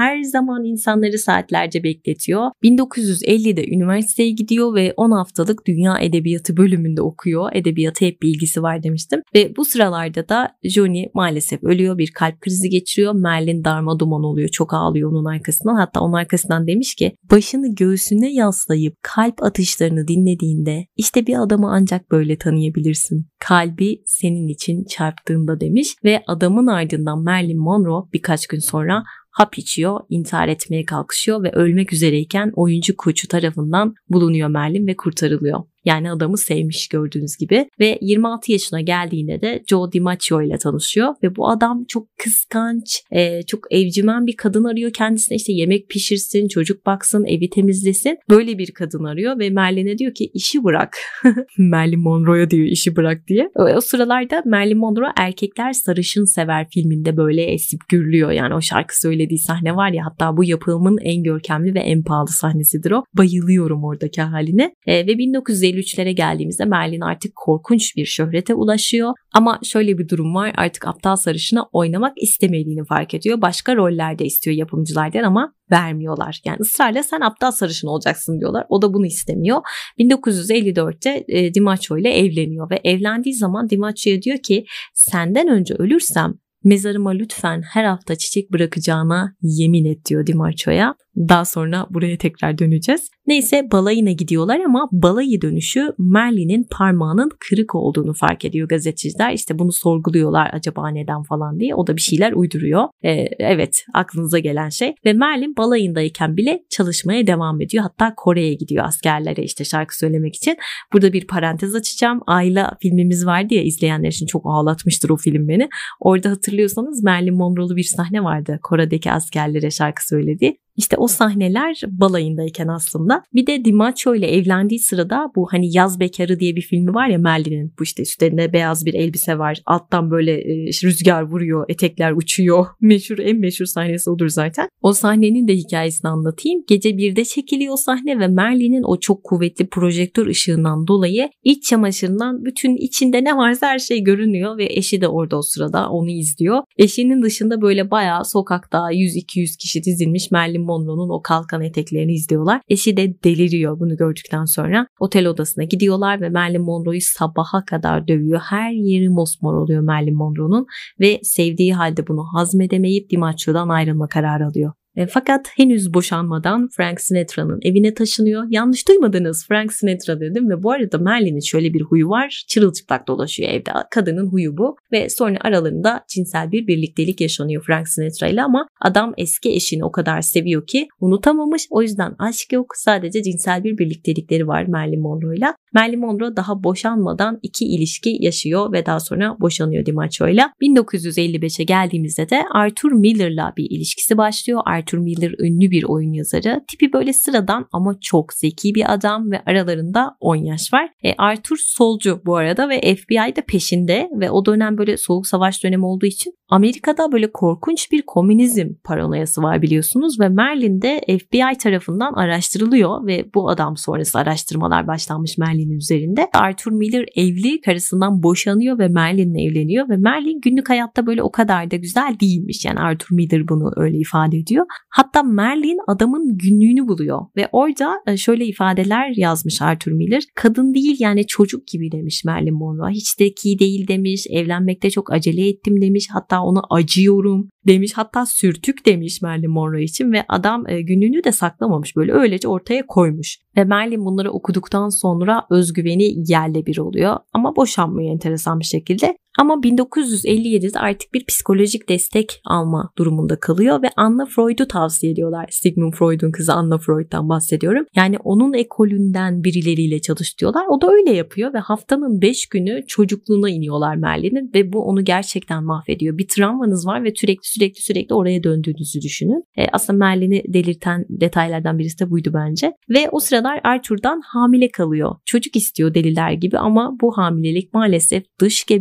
her zaman insanları saatlerce bekletiyor. bin dokuz yüz ellide üniversiteye gidiyor ve on haftalık dünya edebiyatı bölümünde okuyor. Edebiyata hep bir ilgisi var demiştim. Ve bu sıralarda da Johnny maalesef ölüyor. Bir kalp krizi geçiriyor. Merlin darmaduman oluyor. Çok ağlıyor onun arkasından. Hatta onun arkasından demiş ki başını göğsüne yaslayıp kalp atışlarını dinlediğinde işte bir adamı ancak böyle tanıyabilirsin. Kalbi senin için çarptığında demiş ve adamın ardından Marilyn Monroe birkaç gün sonra hap içiyor, intihar etmeye kalkışıyor ve ölmek üzereyken oyuncu koçu tarafından bulunuyor Marilyn ve kurtarılıyor. Yani adamı sevmiş gördüğünüz gibi ve yirmi altı yaşına geldiğinde de Joe DiMaggio ile tanışıyor ve bu adam çok kıskanç, e, çok evcimen bir kadın arıyor kendisine, işte yemek pişirsin, çocuk baksın, evi temizlesin. Böyle bir kadın arıyor ve Marilyn'e diyor ki işi bırak. Marilyn Monroe'ya diyor işi bırak diye. O, o sıralarda Marilyn Monroe Erkekler Sarışın Sever filminde böyle esip gürlüyor. Yani o şarkı söylediği sahne var ya, hatta bu yapımın en görkemli ve en pahalı sahnesidir o. Bayılıyorum oradaki haline. E, ve bin dokuz yüz elli üçlere geldiğimizde Marilyn artık korkunç bir şöhrete ulaşıyor. Ama şöyle bir durum var, artık aptal sarışına oynamak istemediğini fark ediyor. Başka rollerde istiyor yapımcılardan ama vermiyorlar. Yani ısrarla sen aptal sarışın olacaksın diyorlar. O da bunu istemiyor. bin dokuz yüz elli dörtte e, DiMaggio ile evleniyor ve evlendiği zaman DiMaggio'ya diyor ki senden önce ölürsem mezarıma lütfen her hafta çiçek bırakacağına yemin et diyor DiMaggio'ya. Daha sonra buraya tekrar döneceğiz. Neyse balayına gidiyorlar ama balayı dönüşü Marilyn'in parmağının kırık olduğunu fark ediyor gazeteciler. İşte bunu sorguluyorlar acaba neden falan diye. O da bir şeyler uyduruyor. Ee, evet aklınıza gelen şey. Ve Marilyn balayındayken bile çalışmaya devam ediyor. Hatta Kore'ye gidiyor askerlere işte şarkı söylemek için. Burada bir parantez açacağım. Ayla filmimiz vardı ya, izleyenler için çok ağlatmıştır o film beni. Orada hatırlıyorsanız Marilyn Monroe'lu bir sahne vardı. Kore'deki askerlere şarkı söylediği. İşte o sahneler balayındayken aslında. Bir de DiMaggio ile evlendiği sırada bu hani Yaz Bekarı diye bir filmi var ya Marilyn'in. Bu işte üstlerinde beyaz bir elbise var. Alttan böyle e, rüzgar vuruyor, etekler uçuyor. Meşhur, en meşhur sahnesi odur zaten. O sahnenin de hikayesini anlatayım. Gece birde çekiliyor o sahne ve Marilyn'in o çok kuvvetli projektör ışığından dolayı iç çamaşırından bütün içinde ne varsa her şey görünüyor ve eşi de orada o sırada onu izliyor. Eşinin dışında böyle bayağı sokakta yüz iki yüz kişi dizilmiş Marilyn Monroe'nun o kalkan eteklerini izliyorlar. Eşi de deliriyor bunu gördükten sonra. Otel odasına gidiyorlar ve Marilyn Monroe'yu sabaha kadar dövüyor. Her yeri mosmor oluyor Marilyn Monroe'nun ve sevdiği halde bunu hazmedemeyip DiMaggio'dan ayrılma kararı alıyor. E, fakat henüz boşanmadan Frank Sinatra'nın evine taşınıyor. Yanlış duymadınız, Frank Sinatra dedim ve bu arada Marilyn'in şöyle bir huyu var. Çırılçıplak dolaşıyor evde. Kadının huyu bu ve sonra aralarında cinsel bir birliktelik yaşanıyor Frank Sinatra ile ama adam eski eşini o kadar seviyor ki unutamamış. O yüzden aşk yok, sadece cinsel bir birliktelikleri var Marilyn Monroe ile. Marilyn Monroe daha boşanmadan iki ilişki yaşıyor ve daha sonra boşanıyor DiMaggio ile. bin dokuz yüz elli beşe geldiğimizde de Arthur Miller'la bir ilişkisi başlıyor. Arthur Miller ünlü bir oyun yazarı. Tipi böyle sıradan ama çok zeki bir adam ve aralarında on yaş var. E, Arthur solcu bu arada ve F B I de peşinde ve o dönem böyle soğuk savaş dönemi olduğu için Amerika'da böyle korkunç bir komünizm paranoyası var biliyorsunuz ve Marilyn de F B I tarafından araştırılıyor ve bu adam sonrası araştırmalar başlanmış Marilyn'in üzerinde. Arthur Miller evli, karısından boşanıyor ve Marilyn'le evleniyor ve Marilyn günlük hayatta böyle o kadar da güzel değilmiş. Yani Arthur Miller bunu öyle ifade ediyor. Hatta Marilyn adamın günlüğünü buluyor ve orada şöyle ifadeler yazmış Arthur Miller. Kadın değil yani çocuk gibi demiş Marilyn Monroe. Hiç de iyi değil demiş. Evlenmekte çok acele ettim demiş. Hatta ona acıyorum demiş. Hatta sürtük demiş Marilyn Monroe için ve adam e, günlüğünü de saklamamış. Böyle öylece ortaya koymuş. Ve Marilyn bunları okuduktan sonra özgüveni yerle bir oluyor. Ama boşanmıyor enteresan bir şekilde. Ama bin dokuz yüz elli yedide artık bir psikolojik destek alma durumunda kalıyor ve Anna Freud'u tavsiye ediyorlar. Sigmund Freud'un kızı Anna Freud'dan bahsediyorum. Yani onun ekolünden birileriyle çalış diyorlar. O da öyle yapıyor ve haftanın beş günü çocukluğuna iniyorlar Marilyn'in ve bu onu gerçekten mahvediyor. Bir travmanız var ve sürekli sürekli sürekli oraya döndüğünüzü düşünün. E, aslında Marilyn'i delirten detaylardan birisi de buydu bence. Ve o sıralar Arthur'dan hamile kalıyor. Çocuk istiyor deliler gibi ama bu hamilelik maalesef dış gebelik ve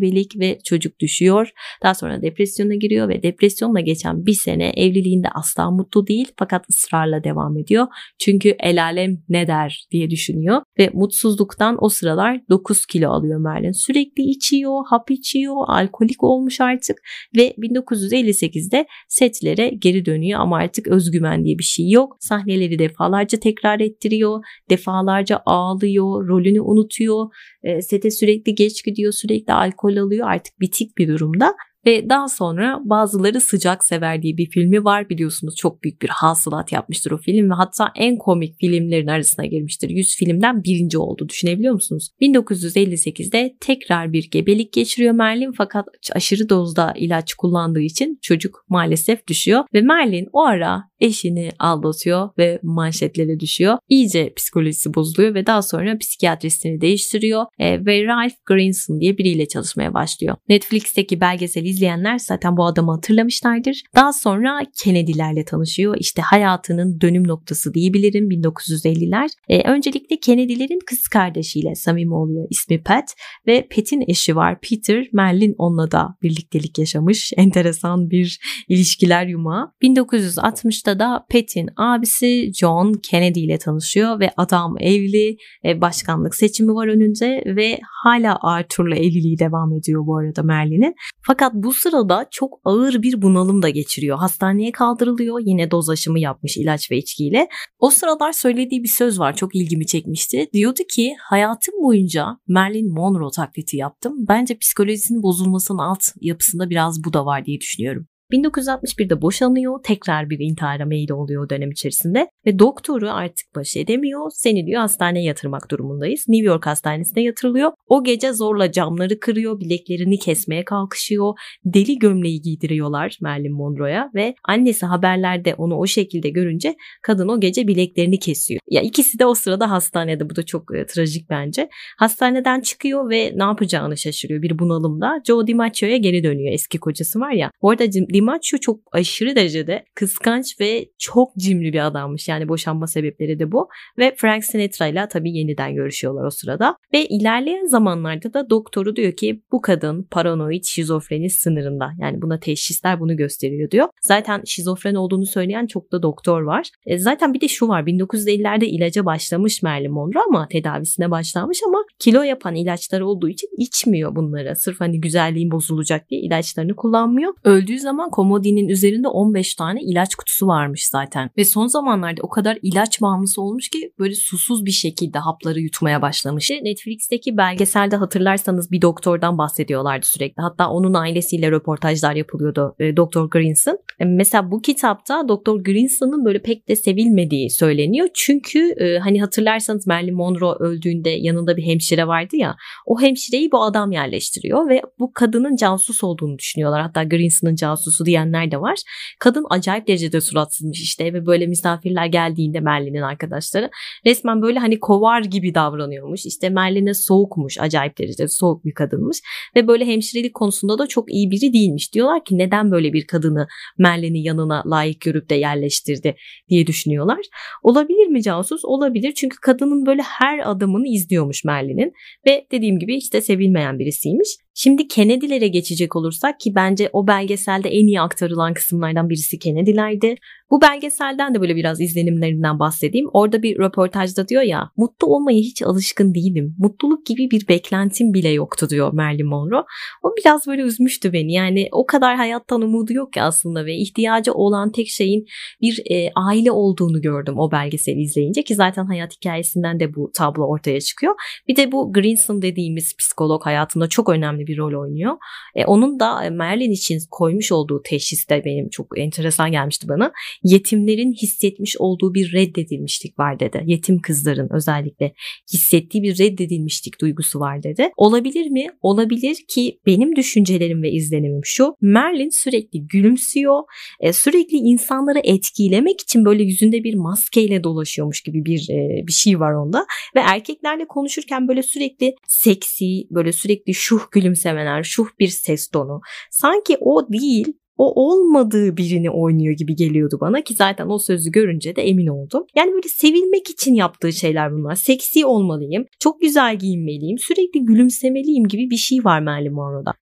ve çocuk düşüyor. Daha sonra depresyona giriyor ve depresyonla geçen bir sene evliliğinde asla mutlu değil fakat ısrarla devam ediyor. Çünkü el alem ne der diye düşünüyor ve mutsuzluktan o sıralar dokuz kilo alıyor Merlin. Sürekli içiyor, hap içiyor, alkolik olmuş artık ve bin dokuz yüz elli sekizde setlere geri dönüyor ama artık özgüven diye bir şey yok. Sahneleri defalarca tekrar ettiriyor, defalarca ağlıyor, rolünü unutuyor, e, sete sürekli geç gidiyor, sürekli alkol alıyor, artık bitik bir durumda. Ve daha sonra Bazıları Sıcak Sever diye bir filmi var, biliyorsunuz çok büyük bir hasılat yapmıştır o film ve hatta en komik filmlerin arasına girmiştir. yüz filmden birinci oldu, düşünebiliyor musunuz? bin dokuz yüz elli sekizde tekrar bir gebelik geçiriyor Merlin fakat aşırı dozda ilaç kullandığı için çocuk maalesef düşüyor ve Merlin o ara eşini aldatıyor ve manşetlere düşüyor. İyice psikolojisi bozuluyor ve daha sonra psikiyatristini değiştiriyor e, ve Ralph Greenson diye biriyle çalışmaya başlıyor. Netflix'teki belgeseli izleyenler zaten bu adamı hatırlamışlardır. Daha sonra Kennedy'lerle tanışıyor. İşte hayatının dönüm noktası diyebilirim, bin dokuz yüz elliler. E, öncelikle Kennedy'lerin kız kardeşiyle samimi oluyor. İsmi Pat ve Pat'in eşi var Peter. Merlin onunla da birliktelik yaşamış. Enteresan bir ilişkiler yumağı. bin dokuz yüz altmışta da Pat'in abisi John Kennedy ile tanışıyor ve adam evli, e, başkanlık seçimi var önünde ve hala Arthur'la evliliği devam ediyor bu arada Merlin'in. Fakat bu sırada çok ağır bir bunalım da geçiriyor. Hastaneye kaldırılıyor. Yine doz aşımı yapmış ilaç ve içkiyle. O sıralar söylediği bir söz var. Çok ilgimi çekmişti. Diyordu ki hayatım boyunca Marilyn Monroe taklidi yaptım. Bence psikolojisinin bozulmasının alt yapısında biraz bu da var diye düşünüyorum. bin dokuz yüz altmış birde boşanıyor. Tekrar bir intihara meyilli oluyor o dönem içerisinde. Ve doktoru artık baş edemiyor. Seni diyor hastaneye yatırmak durumundayız. New York hastanesine yatırılıyor. O gece zorla camları kırıyor. Bileklerini kesmeye kalkışıyor. Deli gömleği giydiriyorlar Marilyn Monroe'ya. Ve annesi haberlerde onu o şekilde görünce kadın o gece bileklerini kesiyor. Ya ikisi de o sırada hastanede. Bu da çok e, trajik bence. Hastaneden çıkıyor ve ne yapacağını şaşırıyor bir bunalımda. Joe DiMaggio'ya geri dönüyor. Eski kocası var ya. Bu arada DiMaggio çok aşırı derecede kıskanç ve çok cimri bir adammış. Yani boşanma sebepleri de bu. Ve Frank Sinatra ile tabii yeniden görüşüyorlar o sırada. Ve ilerleyen zamanlarda da doktoru diyor ki bu kadın paranoid şizofreni sınırında. Yani buna teşhisler bunu gösteriyor diyor. Zaten şizofren olduğunu söyleyen çok da doktor var. E zaten bir de şu var, bin dokuz yüz ellilerde ilaca başlamış Marilyn Monroe ama tedavisine başlamış ama kilo yapan ilaçlar olduğu için içmiyor bunları. Sırf hani güzelliğin bozulacak diye ilaçlarını kullanmıyor. Öldüğü zaman komodinin üzerinde on beş tane ilaç kutusu varmış zaten. Ve son zamanlarda o kadar ilaç bağımlısı olmuş ki böyle susuz bir şekilde hapları yutmaya başlamış. Netflix'teki belgeselde hatırlarsanız bir doktordan bahsediyorlardı sürekli. Hatta onun ailesiyle röportajlar yapılıyordu. E, Doktor Greenson. E, mesela bu kitapta Doktor Greenson'ın böyle pek de sevilmediği söyleniyor. Çünkü e, hani hatırlarsanız Marilyn Monroe öldüğünde yanında bir hemşire vardı ya. O hemşireyi bu adam yerleştiriyor ve bu kadının casus olduğunu düşünüyorlar. Hatta Greenson'ın casusu diyenler de var. Kadın acayip derecede suratsızmış işte ve böyle misafirler geldiğinde Merlin'in arkadaşları resmen böyle hani kovar gibi davranıyormuş. İşte Merlin'e soğukmuş, acayip derecede soğuk bir kadınmış ve böyle hemşirelik konusunda da çok iyi biri değilmiş. Diyorlar ki neden böyle bir kadını Merlin'in yanına layık görüp de yerleştirdi diye düşünüyorlar. Olabilir mi casus? Olabilir. Çünkü kadının böyle her adımını izliyormuş Merlin'in ve dediğim gibi işte sevilmeyen birisiymiş. Şimdi Kennedy'lere geçecek olursak ki bence o belgeselde en iyi aktarılan kısımlardan birisi Kennedy'lerdi. Bu belgeselden de böyle biraz izlenimlerinden bahsedeyim. Orada bir röportajda diyor ya, mutlu olmaya hiç alışkın değilim. Mutluluk gibi bir beklentim bile yoktu diyor Marilyn Monroe. O biraz böyle üzmüştü beni. Yani o kadar hayattan umudu yok ki aslında ve ihtiyacı olan tek şeyin bir e, aile olduğunu gördüm o belgeseli izleyince ki zaten hayat hikayesinden de bu tablo ortaya çıkıyor. Bir de bu Greenson dediğimiz psikolog hayatımda çok önemli bir rol oynuyor. E, onun da Marilyn için koymuş olduğu teşhis de benim çok enteresan gelmişti bana. Yetimlerin hissetmiş olduğu bir reddedilmişlik var dedi. Yetim kızların özellikle hissettiği bir reddedilmişlik duygusu var dedi. Olabilir mi? Olabilir ki benim düşüncelerim ve izlenimim şu. Marilyn sürekli gülümsüyor. E, sürekli insanları etkilemek için böyle yüzünde bir maskeyle dolaşıyormuş gibi bir e, bir şey var onda. Ve erkeklerle konuşurken böyle sürekli seksi, böyle sürekli şuh gülümsemeler, şuh bir ses tonu. Sanki o değil, o olmadığı birini oynuyor gibi geliyordu bana ki zaten o sözü görünce de emin oldum. Yani böyle sevilmek için yaptığı şeyler bunlar. Seksi olmalıyım, çok güzel giyinmeliyim, sürekli gülümsemeliyim gibi bir şey var Marilyn Monroe'da.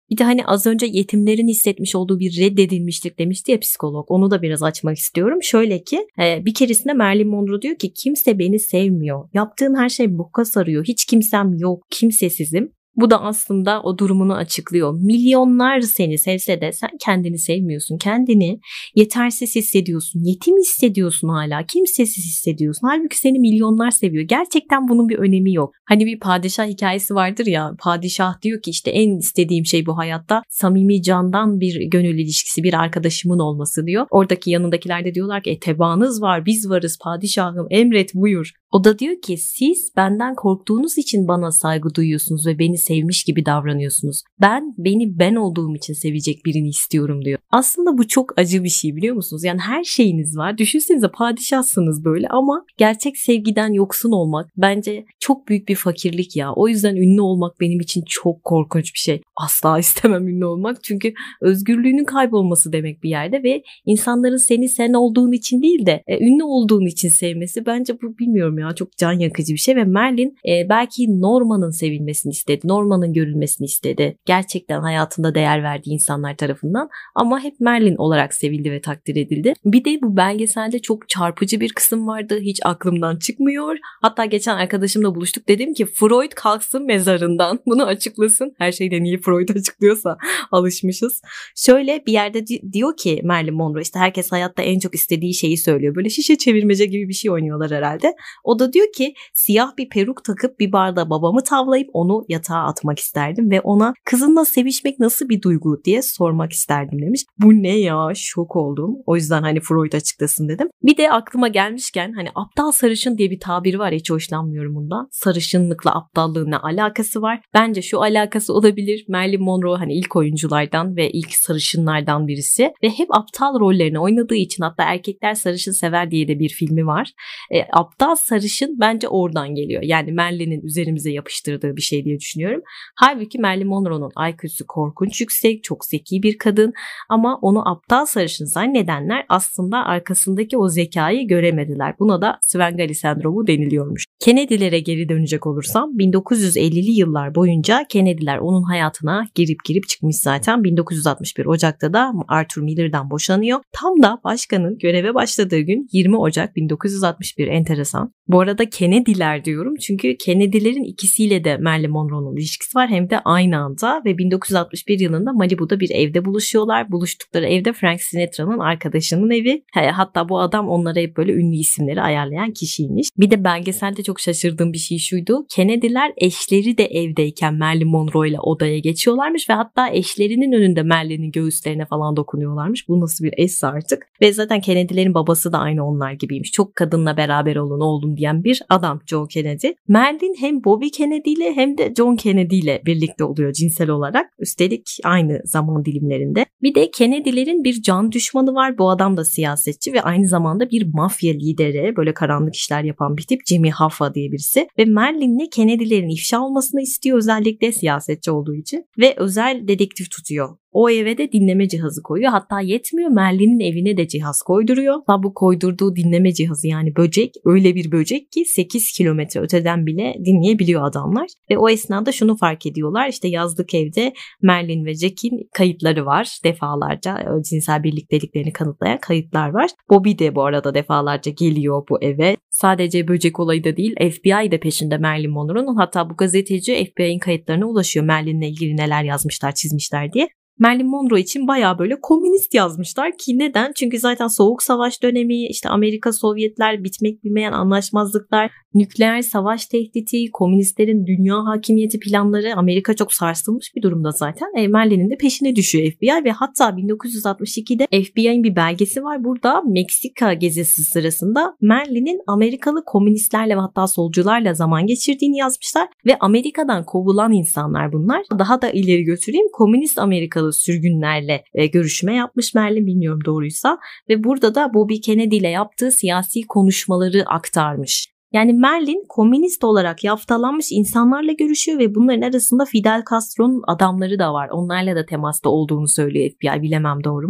Bir de hani az önce yetimlerin hissetmiş olduğu bir reddedilmişlik demişti ya psikolog. Onu da biraz açmak istiyorum. Şöyle ki bir keresinde Marilyn Monroe diyor ki kimse beni sevmiyor. Yaptığım her şey boka sarıyor. Hiç kimsem yok. Kimsesizim. Bu da aslında o durumunu açıklıyor. Milyonlar seni sevse de sen kendini sevmiyorsun. Kendini yetersiz hissediyorsun. Yetim hissediyorsun hala. Kimsesiz hissediyorsun. Halbuki seni milyonlar seviyor. Gerçekten bunun bir önemi yok. Hani bir padişah hikayesi vardır ya. Padişah diyor ki işte en istediğim şey bu hayatta samimi candan bir gönül ilişkisi, bir arkadaşımın olması diyor. Oradaki yanındakiler de diyorlar ki e, tebaanız var, biz varız padişahım, emret buyur. O da diyor ki siz benden korktuğunuz için bana saygı duyuyorsunuz ve beni sevmiş gibi davranıyorsunuz. Ben beni ben olduğum için sevecek birini istiyorum diyor. Aslında bu çok acı bir şey biliyor musunuz? Yani her şeyiniz var. Düşünsenize padişahsınız böyle ama gerçek sevgiden yoksun olmak bence çok büyük bir fakirlik ya. O yüzden ünlü olmak benim için çok korkunç bir şey. Asla istemem ünlü olmak. Çünkü özgürlüğünün kaybolması demek bir yerde ve insanların seni sen olduğun için değil de e, ünlü olduğun için sevmesi bence bu bilmiyorum ya çok can yakıcı bir şey ve Marilyn e, belki Norma'nın sevilmesini istedi. Norma'nın görülmesini istedi. Gerçekten hayatında değer verdiği insanlar tarafından ama hep Marilyn olarak sevildi ve takdir edildi. Bir de bu belgeselde çok çarpıcı bir kısım vardı. Hiç aklımdan çıkmıyor. Hatta geçen arkadaşımla buluştuk. Dedim ki Freud kalksın mezarından. Bunu açıklasın. Her şeyden iyi Freud açıklıyorsa alışmışız. Şöyle bir yerde di- diyor ki Marilyn Monroe işte herkes hayatta en çok istediği şeyi söylüyor. Böyle şişe çevirmece gibi bir şey oynuyorlar herhalde. O da diyor ki siyah bir peruk takıp bir barda babamı tavlayıp onu yatağa atmak isterdim ve ona kızınla sevişmek nasıl bir duygu diye sormak isterdim demiş. Bu ne ya? Şok oldum. O yüzden hani Freud açıklasın dedim. Bir de aklıma gelmişken hani aptal sarışın diye bir tabir var ya hiç hoşlanmıyorum bundan. Sarışınlıkla aptallığın ne alakası var? Bence şu alakası olabilir. Marilyn Monroe hani ilk oyunculardan ve ilk sarışınlardan birisi ve hep aptal rollerini oynadığı için hatta Erkekler Sarışın Sever diye de bir filmi var. E, aptal sarışın bence oradan geliyor. Yani Marilyn'in üzerimize yapıştırdığı bir şey diye düşünüyorum. Halbuki Marilyn Monroe'nun I Q'su korkunç yüksek, çok zeki bir kadın ama onu aptal sarışın zannedenler aslında arkasındaki o zekayı göremediler. Buna da Svengali sendromu deniliyormuş. Kennedy'lere geri dönecek olursam bin dokuz yüz ellili yıllar boyunca Kennedy'ler onun hayatına girip girip çıkmış zaten. bin dokuz yüz altmış bir Ocak'ta da Arthur Miller'dan boşanıyor. Tam da başkanın göreve başladığı gün yirmi Ocak bin dokuz yüz altmış bir enteresan. Bu arada Kennedy'ler diyorum çünkü Kennedy'lerin ikisiyle de Marilyn Monroe'nun ilişkisi var hem de aynı anda ve bin dokuz yüz altmış bir yılında Malibu'da bir evde buluşuyorlar. Buluştukları evde Frank Sinatra'nın arkadaşının evi. Hatta bu adam onlara hep böyle ünlü isimleri ayarlayan kişiymiş. Bir de belgeselde çok şaşırdığım bir şey şuydu. Kennedy'ler eşleri de evdeyken Marilyn Monroe ile odaya geçiyorlarmış ve hatta eşlerinin önünde Marilyn'in göğüslerine falan dokunuyorlarmış. Bu nasıl bir eşse artık. Ve zaten Kennedy'lerin babası da aynı onlar gibiymiş. Çok kadınla beraber olun oldum diyen bir adam John Kennedy. Marilyn hem Bobby Kennedy ile hem de John Kennedy ile birlikte oluyor cinsel olarak. Üstelik aynı zaman dilimlerinde. Bir de Kennedy'lerin bir can düşmanı var. Bu adam da siyasetçi ve aynı zamanda bir mafya lideri. Böyle karanlık işler yapan bir tip. Jimmy Hoffa diye birisi. Ve Marilyn'le Kennedy'lerin ifşa olmasını istiyor özellikle siyasetçi olduğu için. Ve özel dedektif tutuyor. O eve de dinleme cihazı koyuyor. Hatta yetmiyor Marilyn'in evine de cihaz koyduruyor. Hatta bu koydurduğu dinleme cihazı yani böcek öyle bir böcek ki sekiz kilometre öteden bile dinleyebiliyor adamlar. Ve o esnada şunu fark ediyorlar. İşte yazlık evde Marilyn ve Jack'in kayıtları var. Defalarca cinsel birlikteliklerini kanıtlayan kayıtlar var. Bobby de bu arada defalarca geliyor bu eve. Sadece böcek olayı da değil F B I de peşinde Marilyn Monroe'nun. Hatta bu gazeteci F B I'nin kayıtlarına ulaşıyor. Marilyn'le ilgili neler yazmışlar çizmişler diye. Marilyn Monroe için bayağı böyle komünist yazmışlar ki neden? Çünkü zaten Soğuk Savaş dönemi, işte Amerika, Sovyetler, bitmek bilmeyen anlaşmazlıklar, nükleer savaş tehdidi, komünistlerin dünya hakimiyeti planları, Amerika çok sarsılmış bir durumda zaten. E, Marilyn'in de peşine düşüyor F B I ve hatta bin dokuz yüz altmış ikide F B I'nin bir belgesi var. Burada Meksika gezisi sırasında Marilyn'in Amerikalı komünistlerle ve hatta solcularla zaman geçirdiğini yazmışlar ve Amerika'dan kovulan insanlar bunlar. Daha da ileri götüreyim. Komünist Amerikalı sürgünlerle e, görüşme yapmış Marilyn, bilmiyorum doğruysa, ve burada da Bobby Kennedy ile yaptığı siyasi konuşmaları aktarmış. Yani Marilyn komünist olarak yaftalanmış insanlarla görüşüyor ve bunların arasında Fidel Castro'nun adamları da var. Onlarla da temasta olduğunu söylüyor F B I, bilemem doğru mu?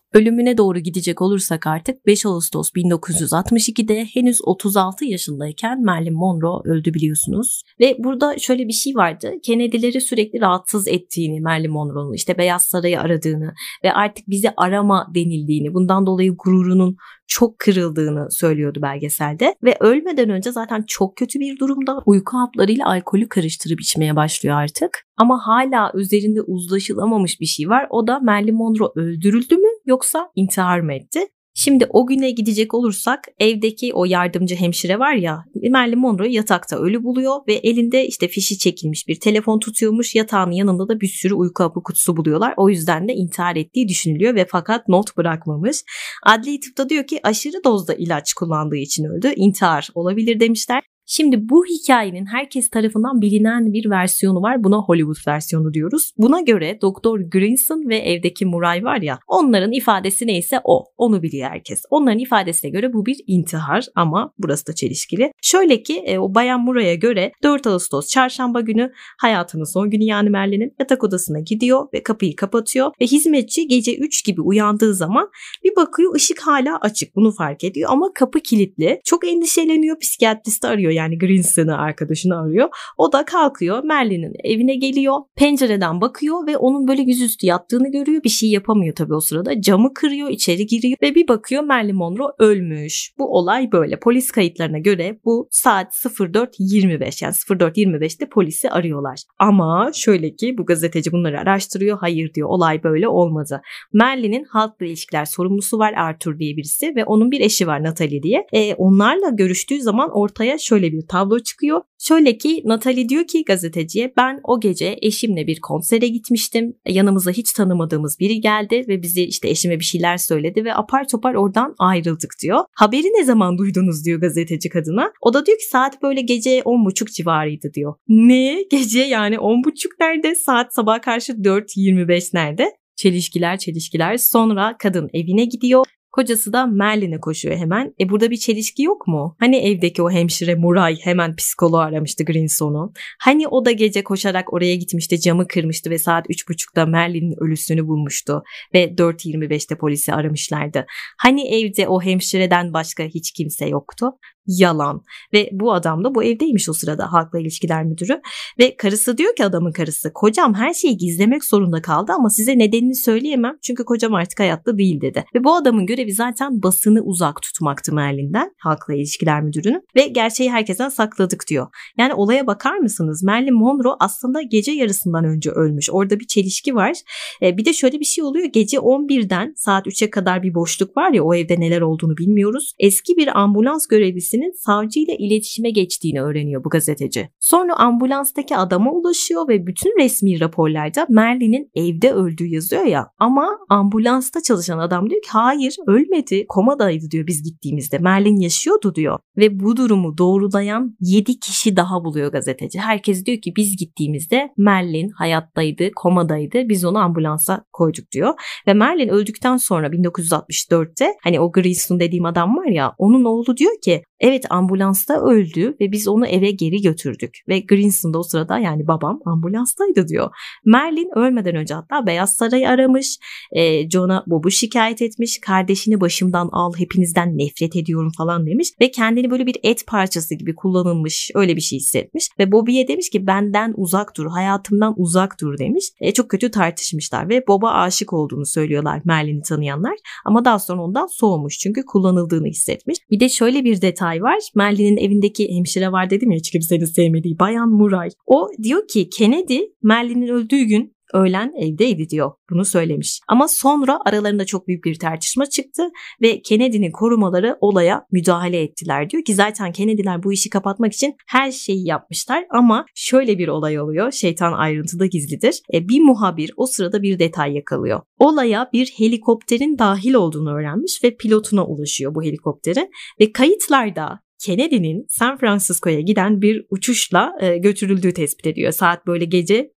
Ölümüne doğru gidecek olursak artık beş Ağustos bin dokuz yüz altmış ikide henüz otuz altı yaşındayken Marilyn Monroe öldü biliyorsunuz. Ve burada şöyle bir şey vardı. Kennedy'leri sürekli rahatsız ettiğini, Marilyn Monroe'nun işte Beyaz Saray'ı aradığını ve artık bizi arama denildiğini, bundan dolayı gururunun çok kırıldığını söylüyordu belgeselde. Ve ölmeden önce zaten çok kötü bir durumda, uyku haplarıyla alkolü karıştırıp içmeye başlıyor artık. Ama hala üzerinde uzlaşılamamış bir şey var. O da Marilyn Monroe öldürüldü mü yoksa intihar mı etti? Şimdi o güne gidecek olursak evdeki o yardımcı hemşire var ya, Marilyn Monroe'yu yatakta ölü buluyor ve elinde işte fişi çekilmiş bir telefon tutuyormuş. Yatağının yanında da bir sürü uyku hapı kutusu buluyorlar. O yüzden de intihar ettiği düşünülüyor ve fakat not bırakmamış. Adli tıpta diyor ki aşırı dozda ilaç kullandığı için öldü. İntihar olabilir demişler. Şimdi bu hikayenin herkes tarafından bilinen bir versiyonu var. Buna Hollywood versiyonu diyoruz. Buna göre Doktor Grinson ve evdeki Murray var ya, onların ifadesi neyse o. Onu biliyor herkes. Onların ifadesine göre bu bir intihar ama burası da çelişkili. Şöyle ki e, o Bayan Murray'a göre dört Ağustos çarşamba günü hayatının son günü yani Marilyn'in yatak odasına gidiyor ve kapıyı kapatıyor. Ve hizmetçi gece üç gibi uyandığı zaman bir bakıyor ışık hala açık. Bunu fark ediyor ama kapı kilitli. Çok endişeleniyor, psikiyatristi arıyor. Yani Grinson'ı, arkadaşını arıyor. O da kalkıyor, Marilyn'in evine geliyor. Pencereden bakıyor ve onun böyle yüzüstü yattığını görüyor. Bir şey yapamıyor tabii o sırada. Camı kırıyor, içeri giriyor ve bir bakıyor Marilyn Monroe ölmüş. Bu olay böyle. Polis kayıtlarına göre bu saat dört yirmi beş yani dört yirmi beşte polisi arıyorlar. Ama şöyle ki bu gazeteci bunları araştırıyor. Hayır diyor, olay böyle olmadı. Marilyn'in halkla ilişkiler sorumlusu var, Arthur diye birisi ve onun bir eşi var, Natalie diye. E, onlarla görüştüğü zaman ortaya şöyle bir tablo çıkıyor. Şöyle ki Natalie diyor ki gazeteciye, ben o gece eşimle bir konsere gitmiştim. Yanımıza hiç tanımadığımız biri geldi ve bizi işte eşime bir şeyler söyledi ve apar topar oradan ayrıldık diyor. Haberi ne zaman duydunuz diyor gazeteci kadına. O da diyor ki saat böyle gece on buçuk civarıydı diyor. Ne? Gece yani on buçuk nerede? Saat sabaha karşı dört yirmi beş nerede? Çelişkiler çelişkiler. Sonra kadın evine gidiyor. Kocası da Marilyn'e koşuyor hemen. E burada bir çelişki yok mu? Hani evdeki o hemşire Murray hemen psikoloğu aramıştı Grinson'u. Hani o da gece koşarak oraya gitmişti, camı kırmıştı ve saat üç buçukta Marilyn'in ölüsünü bulmuştu. Ve dört yirmi beşte polisi aramışlardı. Hani evde o hemşireden başka hiç kimse yoktu? Yalan. Ve bu adam da bu evdeymiş o sırada, halkla ilişkiler müdürü. Ve karısı diyor ki, adamın karısı, kocam her şeyi gizlemek zorunda kaldı ama size nedenini söyleyemem çünkü kocam artık hayatta değil dedi. Ve bu adamın görevi zaten basını uzak tutmaktı Marilyn'den, halkla ilişkiler müdürünün. Ve gerçeği herkesten sakladık diyor. Yani olaya bakar mısınız? Marilyn Monroe aslında gece yarısından önce ölmüş. Orada bir çelişki var. Ee, bir de şöyle bir şey oluyor. Gece on birden saat üçe kadar bir boşluk var ya, o evde neler olduğunu bilmiyoruz. Eski bir ambulans görevlisinin savcıyla iletişime geçtiğini öğreniyor bu gazeteci. Sonra ambulanstaki adama ulaşıyor ve bütün resmi raporlarda Marilyn'in evde öldüğü yazıyor ya, ama ambulansta çalışan adam diyor ki hayır ölmedi, komadaydı diyor biz gittiğimizde, Marilyn yaşıyordu diyor. Ve bu durumu doğrulayan yedi kişi daha buluyor gazeteci. Herkes diyor ki biz gittiğimizde Marilyn hayattaydı, komadaydı, biz onu ambulansa koyduk diyor. Ve Marilyn öldükten sonra bin dokuz yüz altmış dörtte hani o Grinson dediğim adam var ya, onun oğlu diyor ki evet ambulansta öldü ve biz onu eve geri götürdük. Ve Grinson da o sırada, yani babam, ambulanstaydı diyor. Marilyn ölmeden önce hatta Beyaz Saray'ı aramış. E, John'a Bob'u şikayet etmiş. Kardeşini başımdan al, hepinizden nefret ediyorum falan demiş. Ve kendini böyle bir et parçası gibi kullanılmış, öyle bir şey hissetmiş. Ve Bobby'ye demiş ki benden uzak dur, hayatımdan uzak dur demiş. E, çok kötü tartışmışlar ve Bob'a aşık olduğunu söylüyorlar Marilyn'i tanıyanlar. Ama daha sonra ondan soğumuş çünkü kullanıldığını hissetmiş. Bir de şöyle bir detay var. Marilyn'in evindeki hemşire var dedim ya, hiç kimsenin sevmediği Bayan Murray. O diyor ki Kennedy Marilyn'in öldüğü gün öğlen evdeydi diyor. Bunu söylemiş. Ama sonra aralarında çok büyük bir tartışma çıktı ve Kennedy'nin korumaları olaya müdahale ettiler. Diyor ki zaten Kennedy'ler bu işi kapatmak için her şeyi yapmışlar ama şöyle bir olay oluyor. Şeytan ayrıntıda gizlidir. E, bir muhabir o sırada bir detay yakalıyor. Olaya bir helikopterin dahil olduğunu öğrenmiş ve pilotuna ulaşıyor bu helikopterin ve kayıtlarda Kennedy'nin San Francisco'ya giden bir uçuşla e, götürüldüğü tespit ediyor. Saat böyle gece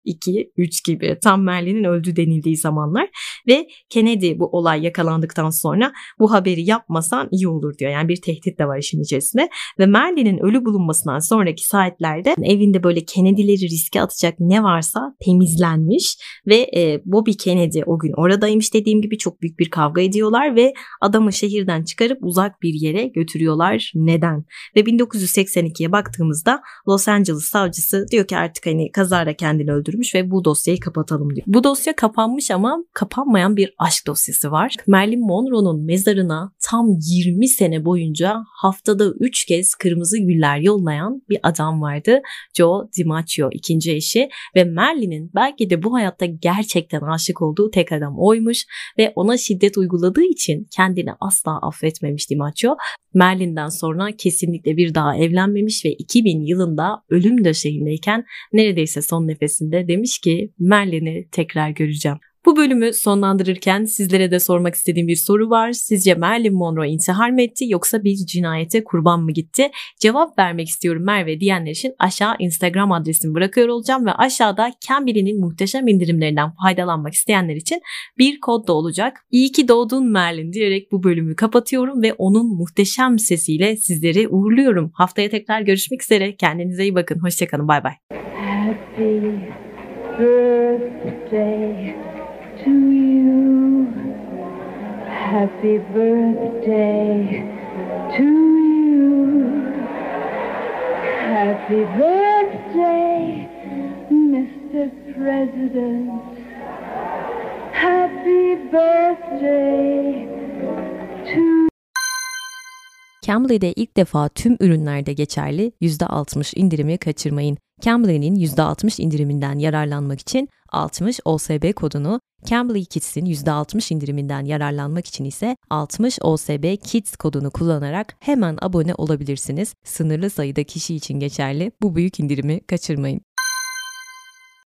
iki, üç gibi tam Merlin'in öldü denildiği zamanlar ve Kennedy bu olay yakalandıktan sonra bu haberi yapmasan iyi olur diyor. Yani bir tehdit de var işin içerisinde ve Merlin'in ölü bulunmasından sonraki saatlerde evinde böyle Kennedy'leri riske atacak ne varsa temizlenmiş ve e, Bobby Kennedy o gün oradaymış, dediğim gibi çok büyük bir kavga ediyorlar ve adamı şehirden çıkarıp uzak bir yere götürüyorlar. Neden? Ve bin dokuz yüz seksen ikiye baktığımızda Los Angeles savcısı diyor ki artık hani kazara kendini öldürmüş ve bu dosyayı kapatalım diyor. Bu dosya kapanmış ama kapanmayan bir aşk dosyası var. Marilyn Monroe'nun mezarına tam yirmi sene boyunca haftada üç kez kırmızı güller yollayan bir adam vardı. Joe DiMaggio ikinci eşi ve Marilyn'in belki de bu hayatta gerçekten aşık olduğu tek adam oymuş ve ona şiddet uyguladığı için kendini asla affetmemiş DiMaggio. Marilyn'den sonra kesinlikle bir daha evlenmemiş ve iki bin yılında ölüm döşeğindeyken neredeyse son nefesinde demiş ki Marilyn'i tekrar göreceğim. Bu bölümü sonlandırırken sizlere de sormak istediğim bir soru var. Sizce Marilyn Monroe intihar mı etti yoksa bir cinayete kurban mı gitti? Cevap vermek istiyorum Merve diyenler için aşağı Instagram adresimi bırakıyor olacağım ve aşağıda Cambly'nin muhteşem indirimlerinden faydalanmak isteyenler için bir kod da olacak. İyi ki doğdun Marilyn diyerek bu bölümü kapatıyorum ve onun muhteşem sesiyle sizleri uğurluyorum. Haftaya tekrar görüşmek üzere. Kendinize iyi bakın. Hoşçakalın. Bay bay. Happy birthday to you. Happy birthday to you. Happy birthday, Mister President. Happy birthday to Cambly'de ilk defa tüm ürünlerde geçerli yüzde altmış indirimi kaçırmayın. Cambly'nin yüzde altmış indiriminden yararlanmak için altmış O S B kodunu, Cambly Kids'in yüzde altmış indiriminden yararlanmak için ise altmış O S B Kids kodunu kullanarak hemen abone olabilirsiniz. Sınırlı sayıda kişi için geçerli. Bu büyük indirimi kaçırmayın.